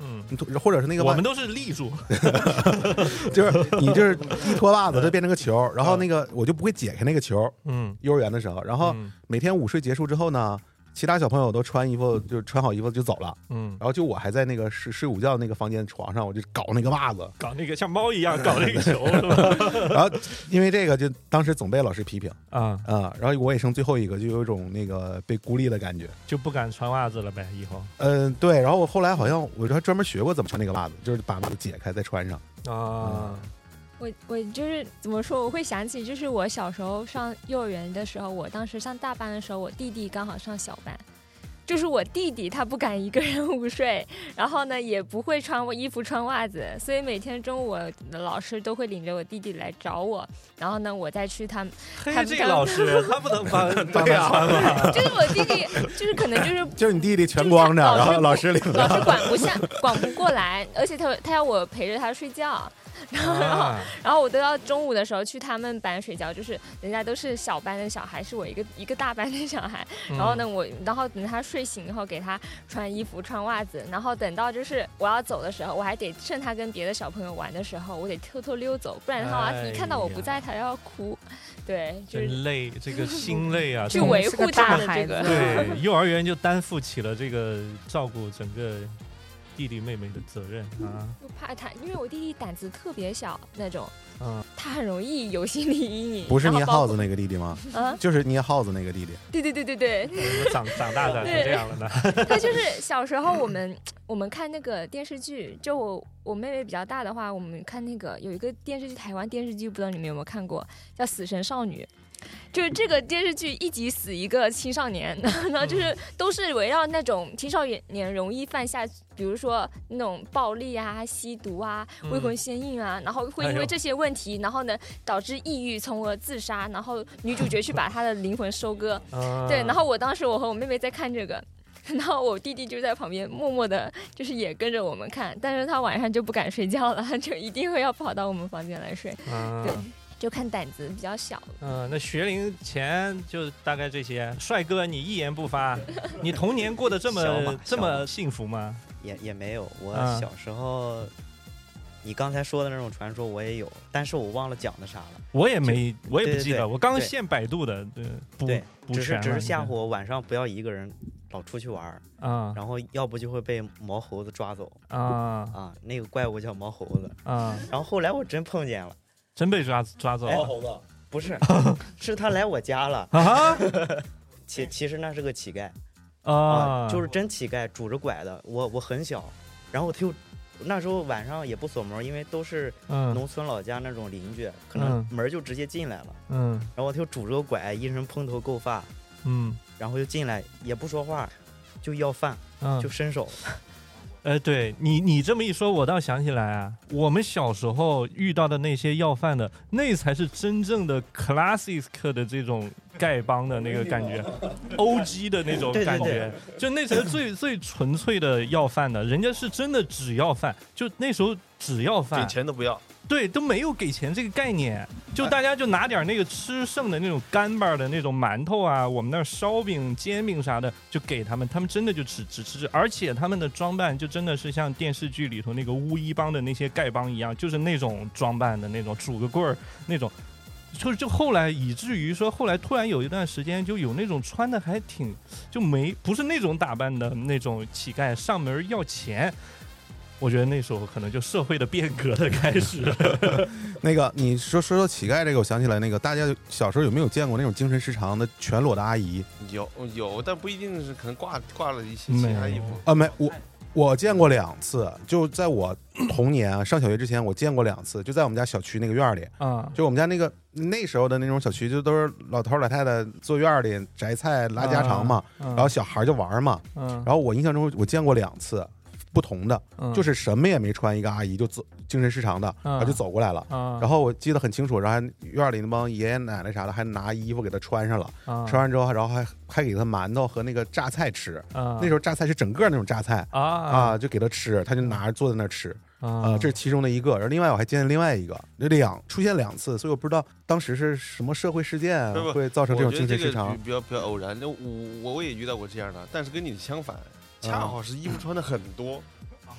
嗯， 或者是那个我们都是立柱， 就是你就是一脱袜子就变成个球，然后那个我就不会解开那个球。 嗯， 幼儿园的时候，然后每天午睡结束之后呢，其他小朋友都穿衣服，就穿好衣服就走了。嗯，然后就我还在那个睡睡午觉那个房间床上，我就搞那个袜子， 搞那个像猫一样搞那个球，是吧？ 然后因为这个，就当时总被老师批评啊啊，然后我也剩最后一个，就有一种那个被孤立的感觉， 就不敢穿袜子了呗，以后。 嗯，对。然后我后来好像我还专门学过怎么穿那个袜子，就是把袜子解开再穿上啊。 我我就是怎么说，我会想起就是我小时候上幼儿园的时候，我当时上大班的时候，我弟弟刚好上小班。就是我弟弟他不敢一个人午睡，然后呢也不会穿衣服穿袜子，所以每天中午我的老师都会领着我弟弟来找我，然后呢我再去他们。 嘿，这个老师他不能帮帮他穿吗？ 就是我弟弟，就是可能就是就是你弟弟全光着，然后老师领着， 老师管不下，管不过来，而且他他要我陪着他睡觉。然后，然后，然后我都要中午的时候去他们班睡觉，就是人家都是小班的小孩，是我一个一个大班的小孩。然后呢，我然后等他睡醒以后，给他穿衣服、穿袜子，然后等到就是我要走的时候，我还得趁他跟别的小朋友玩的时候，我得偷偷溜走，不然的话， 哎、 一看到我不在，他要哭。对，就是真累，这个心累啊， 去维护他的这个。 对，幼儿园就担负起了这个照顾整个弟弟妹妹的责任啊！ 我怕他，因为我弟弟胆子特别小那种， 嗯， 他很容易有心理阴影。 不是捏耗子那个弟弟吗？ 啊， 就是捏耗子那个弟弟。 对对对对对。 长长大的是这样了呢。 他就是小时候我们我们看那个电视剧，就我我妹妹比较大的话，我们看那个有一个电视剧，台湾电视剧，不知道你们有没有看过，叫《死神少女》。就是这个电视剧一集死一个青少年，然后就是都是围绕那种青少年容易犯下，比如说那种暴力啊、吸毒啊、未婚先孕啊，然后会因为这些问题，然后呢导致抑郁，从而自杀，然后女主角去把她的灵魂收割。对，然后我当时我和我妹妹在看这个。然后我弟弟就在旁边默默的，就是也跟着我们看，但是他晚上就不敢睡觉了，就一定会要跑到我们房间来睡。 啊、 对。就看胆子比较小。 嗯、呃，那学龄前就大概这些。帅哥，你一言不发，你童年过得这么这么幸福吗？ 也也没有，我小时候，嗯、你刚才说的那种传说我也有，但是我忘了讲的啥了。 我也没，我也不记得， 对对对我刚现百度的，对，补对， 补只是只是吓唬我我晚上不要一个人老出去玩啊， 然后要不就会被毛猴子抓走啊啊，那个怪物叫毛猴子啊， 然后后来我真碰见了。 真被抓抓走了？ 毛猴子不是，是他来我家了啊！ 其其实那是个乞丐啊， 啊，就是真乞丐，拄着拐的。我我很小，然后他又那时候晚上也不锁门，因为都是农村老家那种邻居， 嗯、 可能门就直接进来了。 嗯， 然后他就拄着个拐，一身蓬头垢发， 嗯， 然后就进来，也不说话，就要饭， 嗯、 就伸手。 呃，对你，你这么一说，我倒想起来啊，我们小时候遇到的那些要饭的，那才是真正的 classic 的这种丐帮的那个感觉，O G 的那种感觉， 对对对就那才是最最纯粹的要饭的，人家是真的只要饭，就那时候只要饭， 给钱都不要。 对，都没有给钱这个概念，就大家就拿点那个吃剩的那种干巴的那种馒头啊，我们那儿烧饼、煎饼啥的，就给他们，他们真的就只只吃，而且他们的装扮就真的是像电视剧里头那个乌衣帮的那些丐帮一样，就是那种装扮的那种，拄个棍儿那种，就就后来以至于说，后来突然有一段时间就有那种穿的还挺就没不是那种打扮的那种乞丐上门要钱。我觉得那时候可能就社会的变革的开始。 那个你说说说乞丐这个，我想起来那个大家小时候有没有见过那种精神失常的全裸的阿姨？ 有有，但不一定是可能挂挂了一些其他衣服啊，没我。我见过两次，就在我童年啊上小学之前，我见过两次，就在我们家小区那个院里啊， 就我们家那个那时候的那种小区，就都是老头老太太坐院里摘菜拉家常嘛， 啊啊、 然后小孩就玩嘛， 嗯、啊， 然后我印象中我见过两次。不同的、嗯、就是什么也没穿，一个阿姨就走精神失常的，然后就走过来了、 嗯、 然后我记得很清楚，然后院里那帮爷爷奶奶啥的还拿衣服给他穿上了、 嗯、 穿完之后然后还还给他馒头和那个榨菜吃、 嗯、 那时候榨菜是整个那种榨菜啊啊，就给他吃，他就拿着坐在那吃啊、 呃，这是其中的一个。然后另外我还见另外一个，两出现两次，所以我不知道当时是什么社会事件会造成这种精神失常。 比较比较偶然，那我我也遇到过这样的，但是跟你相反，恰好是衣服穿的很多。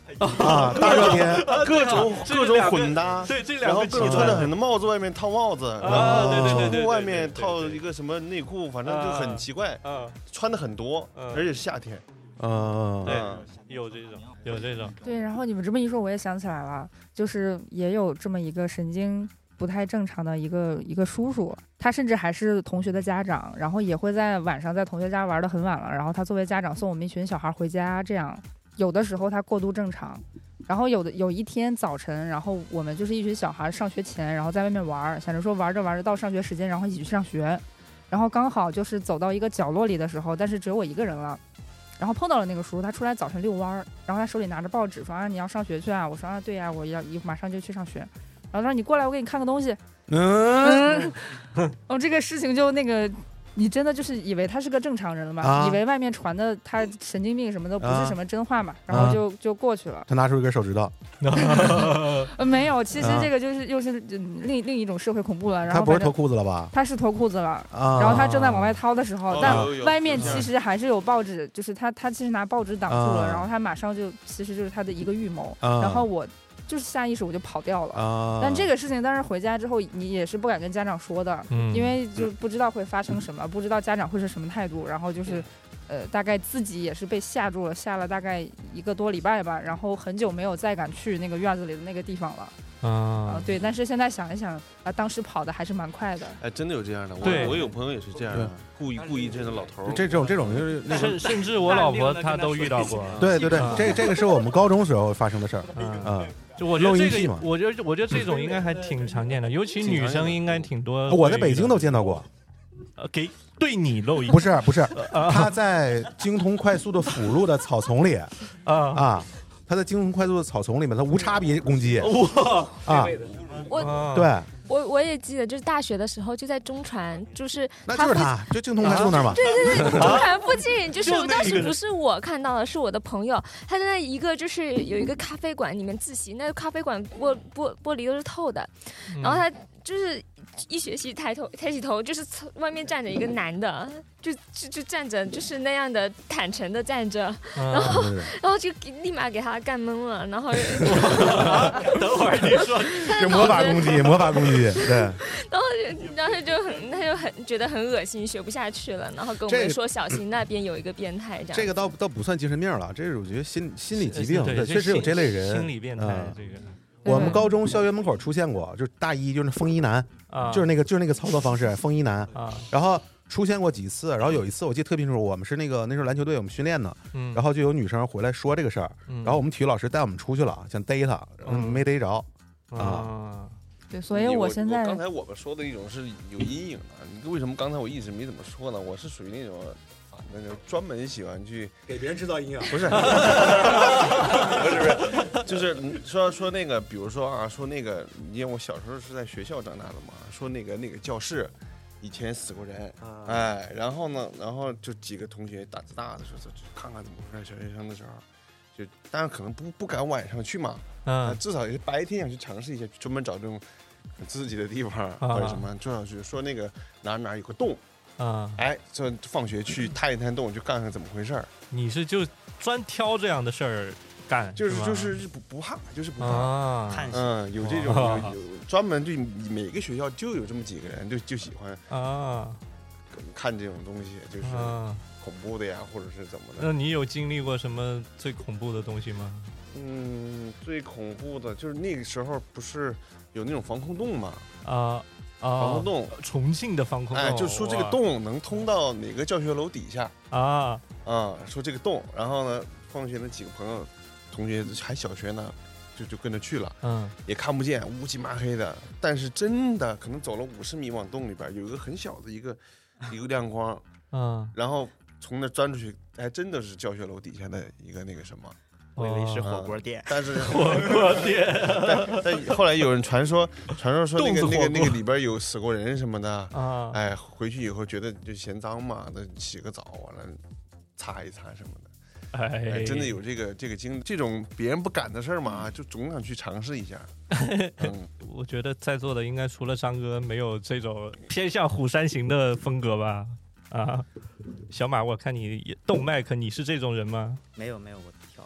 啊，大热天， 各种各种混搭， 对，这两个然后各种穿着很多帽子，外面套帽子，然啊， 后对对对对， 秋裤外面套一个什么内裤，反正就很奇怪， 啊， 穿的很多，而且是夏天， 嗯， 对，有这种，有这种， 对。然后你们这么一说，我也想起来了，就是也有这么一个神经不太正常的一个一个叔叔，他甚至还是同学的家长，然后也会在晚上在同学家玩得很晚了，然后他作为家长送我们一群小孩回家，这样有的时候他过度正常，然后有的有一天早晨，然后我们就是一群小孩上学前，然后在外面玩，想着说玩着玩着到上学时间，然后一起去上学，然后刚好就是走到一个角落里的时候，但是只有我一个人了。然后碰到了那个叔叔，他出来早晨遛弯儿，然后他手里拿着报纸，说啊你要上学去啊？我说啊对呀、啊，我要马上就去上学。然后他说你过来，我给你看个东西。嗯，哦，这个事情就那个，你真的就是以为他是个正常人了嘛？啊、以为外面传的他神经病什么的不是什么真话嘛？啊、然后就就过去了。 他拿出一根手指头。 呃，没有，其实这个就是又是另另一种社会恐怖了。然后他不是脱裤子了吧？ 他是脱裤子了。 啊、 然后他正在往外掏的时候， 哦、 但外面其实还是有报纸，就是他他其实拿报纸挡住了，啊、然后他马上就其实就是他的一个预谋。啊、然后我。就是下意识我就跑掉了，啊、但这个事情当时回家之后，你也是不敢跟家长说的，嗯、因为就不知道会发生什么，不知道家长会是什么态度，然后就是，呃，大概自己也是被吓住了，吓了大概一个多礼拜吧，然后很久没有再敢去那个院子里的那个地方了。啊、呃，对，但是现在想一想啊，当时跑的还是蛮快的。 哎，真的有这样的，我对我有朋友也是这样的，故意故意这种老头儿， 这种这种就是那甚甚至我老婆她都遇到过。 对对对，这这个是我们高中时候发生的事儿，嗯。嗯就我觉得这个，我觉得我觉得这种应该还挺常见的，尤其女生应该挺多。 我在北京都见到过， 呃，给对你露一不是不是，他在京通快速的辅路的草丛里啊啊，他在京通快速的草丛里面，他无差别攻击哇啊， 我对。 我我也记得，就是大学的时候，就在中传，就是那就是他，就京通快速那儿嘛。 对对对，中传附近，就是当时不是我看到的，是我的朋友，他在一个就是有一个咖啡馆里面自习，那个咖啡馆玻玻玻璃都是透的，然后他就是一学期抬头抬起头，就是外面站着一个男的，就就就站着，就是那样的坦诚的站着，然后然后就立马给他干懵了，然后等会儿你说这魔法攻击，魔法攻击。对， 然后就当时就很，他就很觉得很恶心，学不下去了，然后跟我们说小新那边有一个变态这样。 这个倒倒不算精神病了，这是我觉得心心理疾病，对，确实有这类人。 心理变态，嗯、这个。 我们高中校园门口出现过，就是大一就是风衣男，啊、就是那个就是那个操作方式，风衣男。啊、然后出现过几次，然后有一次我记得特别清楚，我们是那个那时候篮球队我们训练呢，嗯、然后就有女生回来说这个事儿，嗯、然后我们体育老师带我们出去了，想逮他，嗯、没逮着啊。 啊对，所以我现在我刚才我们说的一种是有阴影的，你为什么刚才我一直没怎么说呢？我是属于那种啊，那个专门喜欢去给别人制造阴影， 不是，不是不是，就是说说那个，比如说啊，说那个，因为我小时候是在学校长大的嘛，说那个那个教室以前死过人，啊、哎，然后呢，然后就几个同学胆子大的时候，就看看怎么回事，小学生的时候。就当然可能不不敢晚上去嘛，嗯、呃，至少也是白天想去尝试一下，专门找这种自己的地方、啊、或者什么，最好是说那个哪哪有个洞，啊，哎，这放学去探一探洞，就看看怎么回事儿。 你是就专挑这样的事儿干， 就是就是不不怕，就是不怕， 啊、 嗯，有这种有有专门对每个学校就有这么几个人，就就喜欢啊看这种东西，就是。啊恐怖的呀，或者是怎么的？ 那你有经历过什么最恐怖的东西吗？ 嗯，最恐怖的就是那个时候不是有那种防空洞吗？ 啊啊， 防空洞， 重庆的防空洞， 哎，就说这个洞能通到哪个教学楼底下啊啊，说这个洞，然后呢，放学那几个朋友、同学还小学呢，就就跟着去了，嗯，也看不见，乌漆麻黑的，但是真的可能走了五十米往洞里边有一个很小的一个一个亮光，嗯，然后。从那钻出去，还真的是教学楼底下的一个那个什么， 我以为是火锅店， 嗯、但是火锅店， 但但后来有人传说，传说说那个那个那个里边有死过人什么的啊，哎，回去以后觉得就嫌脏嘛，那洗个澡完了擦一擦什么的，哎，哎真的有这个这个经这种别人不敢的事儿嘛，就总想去尝试一下。 嗯，我觉得在座的应该除了张哥，没有这种偏向虎山行的风格吧。啊，小马，我看你动脉，可你是这种人吗？ 没有没有，我调一下。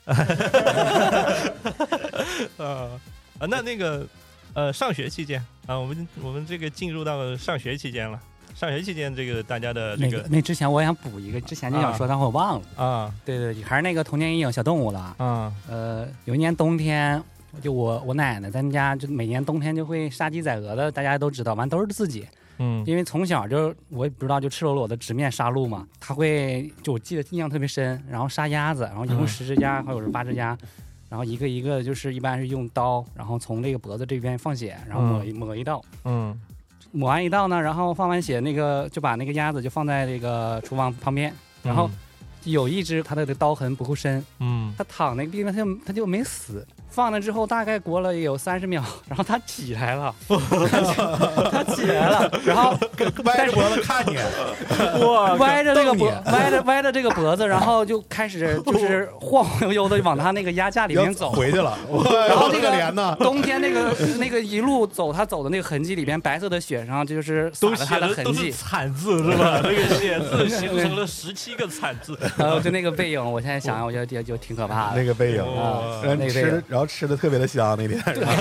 啊啊，那那个呃，上学期间啊，我们我们这个进入到上学期间了。上学期间，这个大家的这个、 那个、那之前我想补一个，之前就想说，但我忘了啊。 对对，还是那个童年阴影小动物了啊。 呃，有一年冬天，就我我奶奶咱家就每年冬天就会杀鸡宰鹅的，大家都知道，完都是自己。 嗯， 因为从小就我也不知道，就赤裸裸的直面杀戮嘛。他会就我记得印象特别深，然后杀鸭子，然后一共十只鸭，或者是八只鸭。然后一个一个就是一般是用刀，然后从这个脖子这边放血，然后抹一、嗯、抹一道， 嗯， 抹完一道呢，然后放完血，那个就把那个鸭子就放在这个厨房旁边，然后有一只它的刀痕不够深， 嗯， 它躺那个地方，它就它就没死。放了之后大概过了有三十秒，然后它起来了，它起来了，然后歪着脖子看你， 哇，歪着这个脖，歪着歪着这个脖子，然后就开始就是晃晃悠悠的往它那个鸭架里面走， 回去了。 然后这个冬天那个那个一路走，它走的那个痕迹里边，白色的血上就是都写的痕迹， 都是惨字是吧？那个写字形成了十七个惨字， 然后就那个背影，我现在想想，我觉得就就挺可怕的。 那个背影啊， 那个背影，然后。吃的特别的香那天，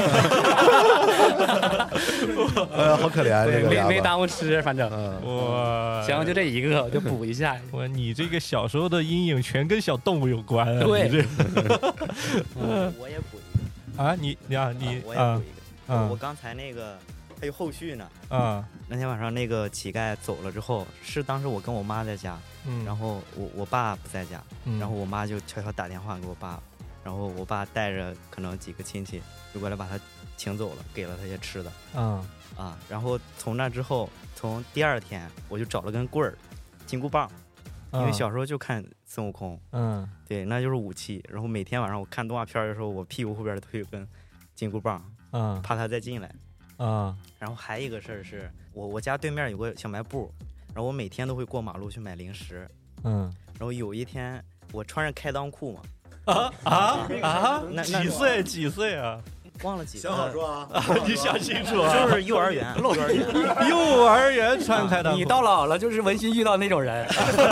呃，好可怜这个没没耽误吃，反正哇， 行，就这一个，就补一下。 哇，你这个小时候的阴影全跟小动物有关啊！ 对， 我也补一个啊，你你啊你我也补一个，我刚才那个还有后续呢啊。 那天晚上那个乞丐走了之后，是当时我跟我妈在家， 嗯， 然后我我爸不在家， 嗯， 然后我妈就悄悄打电话给我爸。然后我爸带着可能几个亲戚就过来把他请走了，给了他些吃的。 嗯啊，然后从那之后，从第二天我就找了根棍儿，金箍棒，因为小时候就看孙悟空， 嗯， 对，那就是武器。然后每天晚上我看动画片的时候，我屁股后边都有根金箍棒， 嗯， 怕他再进来。 啊， 然后还有一个事儿是我我家对面有个小卖部，然后我每天都会过马路去买零食。 嗯， 然后有一天我穿着开裆裤嘛。 啊啊啊！ 那几岁？几岁啊？ 忘了几岁。 想好说啊！ 你想清楚啊！ 就是幼儿园，幼儿园， 幼儿园穿开裆裤。 你到老了就是文心遇到那种人。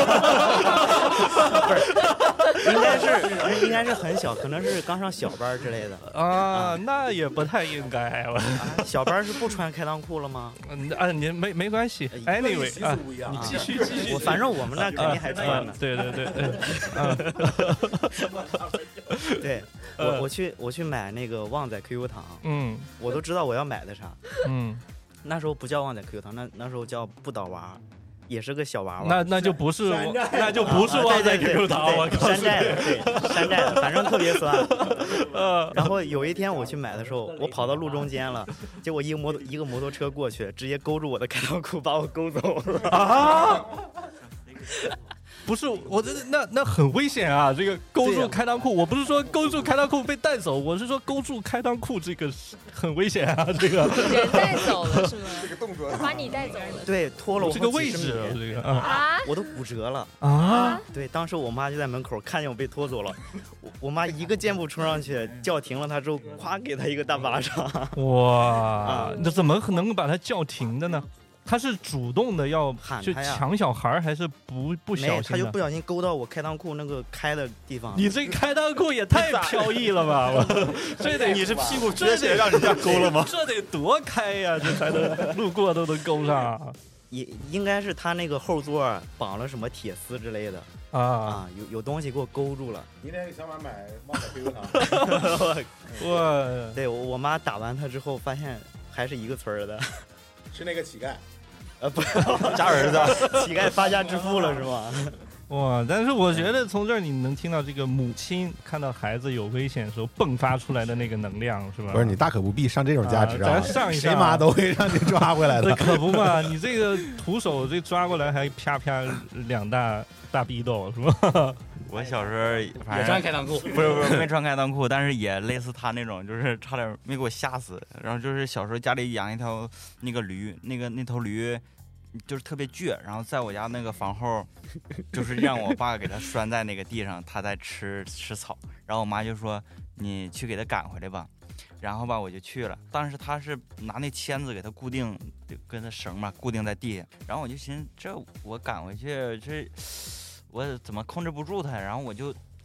不是，应该是应该是很小，可能是刚上小班之类的啊。那也不太应该。 小班是不穿开裆裤了吗？ 啊，你没没关系。Anyway 啊，你继续继续。 我反正我们那肯定还穿呢。 对对对对。 对，我我去我去买那个旺仔 Q Q 糖， 嗯， 我都知道我要买的啥， 嗯， 那时候不叫旺仔 Q Q 糖，那那时候叫不倒娃，也是个小娃娃， 那那就不是，那就不是旺仔 Q Q 糖，我山寨的，对，山寨的，反正特别酸。呃，然后有一天我去买的时候，我跑到路中间了，结果一个摩一个摩托车过去，直接勾住我的开裆裤，把我勾走了啊！ 不是我这那那很危险啊！这个勾住开裆裤，我不是说勾住开裆裤被带走，我是说勾住开裆裤这个很危险啊！这个人带走了是吗？ 这个动作把你带走了， 对，拖了我这个位置，这个啊， 我都骨折了啊！ 对，当时我妈就在门口看见我被拖走了，我我妈一个箭步冲上去叫停了他之后，咵给他一个大巴掌。 哇，那怎么能把他叫停的呢？他是主动的要就抢小孩，还是不不小心？ 他就不小心勾到我开裆裤那个开的地方。 你这开裆裤也太飘逸了吧！这得你是屁股缺血让人家勾了吗？ 这得多开呀，这才能路过都能勾上。 也应该是他那个后座绑了什么铁丝之类的啊啊，有有东西给我勾住了。 明天想法买旺仔 Q Q 糖。 哇！对我我妈打完他之后，发现还是一个村的， 是那个乞丐。 呃不， 家儿子， 乞丐发家致富了是吗？ 哇！但是我觉得从这儿你能听到这个母亲看到孩子有危险的时候迸发出来的那个能量，是吧？ 不是你大可不必上这种价值啊！ 咱上一上， 谁妈都会让你抓回来的。 可不嘛！你这个徒手这抓过来还啪啪两大大逼斗是吧？ 我小时候反正也穿开裆裤， 不是不是没穿开裆裤，但是也类似他那种，就是差点没给我吓死。然后就是小时候家里养一条那个驴，那个那头驴就是特别倔，然后在我家那个房后，就是让我爸给它拴在那个地上，它在吃吃草。然后我妈就说：“你去给它赶回来吧。”然后吧，我就去了。当时他是拿那签子给它固定，跟那绳嘛固定在地下。然后我就寻思，这我赶回去这。我怎么控制不住它？然后我就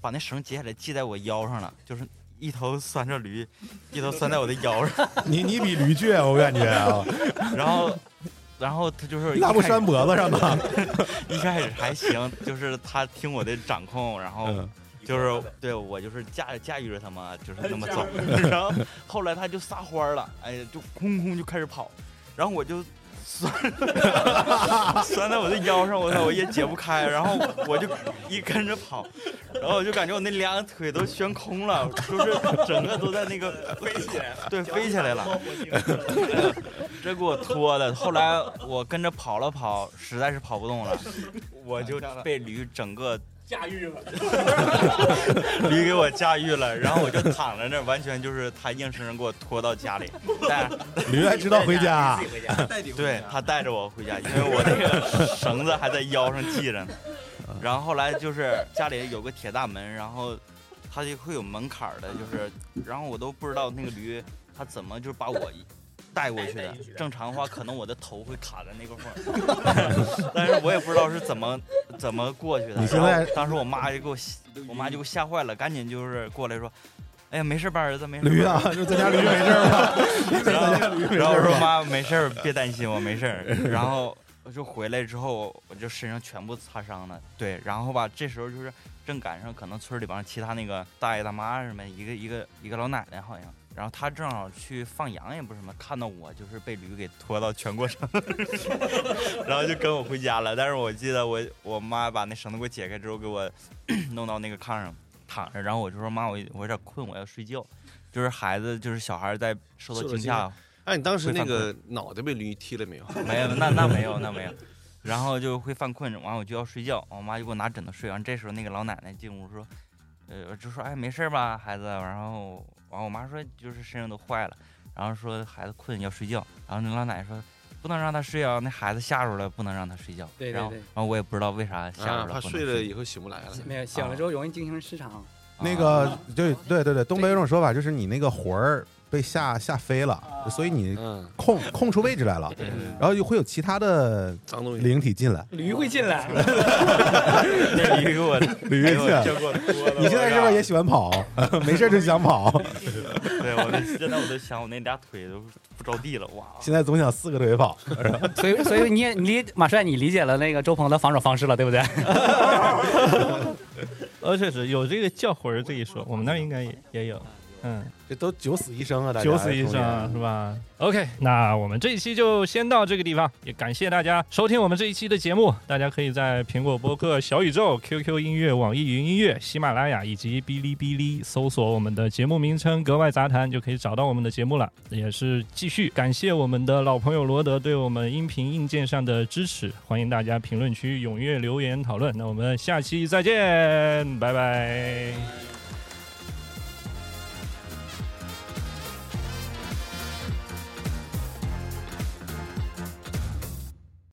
把那绳解下来系在我腰上了，就是一头拴着驴，一头拴在我的腰上。 你你比驴倔，我感觉啊。 然后，然后他就是那不拴脖子上吗？ 一开始还行，就是他听我的掌控，然后就是对我就是驾驾驭着他嘛，就是那么走。然后后来他就撒欢了，哎呀，就空空就开始跑，然后我就。拴拴在我的腰上，我操，我也解不开，然后我就一跟着跑，然后我就感觉我那两个腿都悬空了，就是整个都在那个飞起来了，对，飞起来了，这给我拖的。后来我跟着跑了跑，实在是跑不动了，我就被驴整个。 驾驭了， 驴给我驾驭了，然后我就躺在那儿，完全就是他硬生生给我拖到家里。但驴还知道回家， 对他带着我回家，因为我那个绳子还在腰上系着呢。然后后来就是家里有个铁大门，然后他就会有门槛的，就是然后我都不知道那个驴他怎么就是把我带过去的。正常的话，可能我的头会卡在那个缝，但是我也不知道是怎么怎么过去的。 你现在当时我妈就给我，我妈就给我吓坏了，赶紧就是过来说：“哎呀，没事吧，儿子，没事。” 驴啊，就咱家驴没事吧？ 然后我说：“妈，没事，别担心，我没事。”然后我就回来之后，我就身上全部擦伤了。对，然后吧，这时候就是正赶上可能村里边其他那个大爷大妈什么，一个一个一个老奶奶好像。然后他正好去放羊，也不是什么，看到我就是被驴给拖到全过程，然后就跟我回家了。但是我记得我我妈把那绳子给我解开之后，给我弄到那个炕上躺着，然后我就说妈，我我有点困，我要睡觉。就是孩子，就是小孩在受到惊吓。 哎，你当时那个脑袋被驴踢了没有？ 没有，那那没有，那没有。然后就会犯困，完我就要睡觉，我妈就给我拿枕头睡。完这时候那个老奶奶进屋说，呃，就说哎没事吧，孩子。然后。然后我妈说就是身上都坏了，然后说孩子困要睡觉，然后那老奶奶说不能让他睡啊，那孩子吓着了不能让他睡觉。 对对对。 然后然后我也不知道为啥吓着了， 啊、怕睡了以后醒不来了。 没有，醒了之后容易精神失常。 啊、那个对对对对，东北有种说法就是你那个魂儿被吓吓飞了，啊、所以你空、嗯、空出位置来了，然后就会有其他的灵体进来， 驴会进来。 那驴给我驴进来，你现在是不是也喜欢跑？没事就想跑。 对，我那现在我都想我那俩腿都不着地了，哇！ 现在总想四个腿跑。 所以所以你也你马帅你理解了那个周鹏的防守方式了，对不对？ 呃，确实有这个叫魂这一说，我们那儿应该也也有。嗯， 这都九死一生啊！大家九死一生是吧 ？OK， 那我们这一期就先到这个地方，也感谢大家收听我们这一期的节目。大家可以在苹果播客、小宇宙、Q Q 音乐、网易云音乐、喜马拉雅以及哔哩哔哩搜索我们的节目名称“格外杂谈”，就可以找到我们的节目了。也是继续感谢我们的老朋友罗德对我们音频硬件上的支持，欢迎大家评论区踊跃留言讨论。那我们下期再见，拜拜。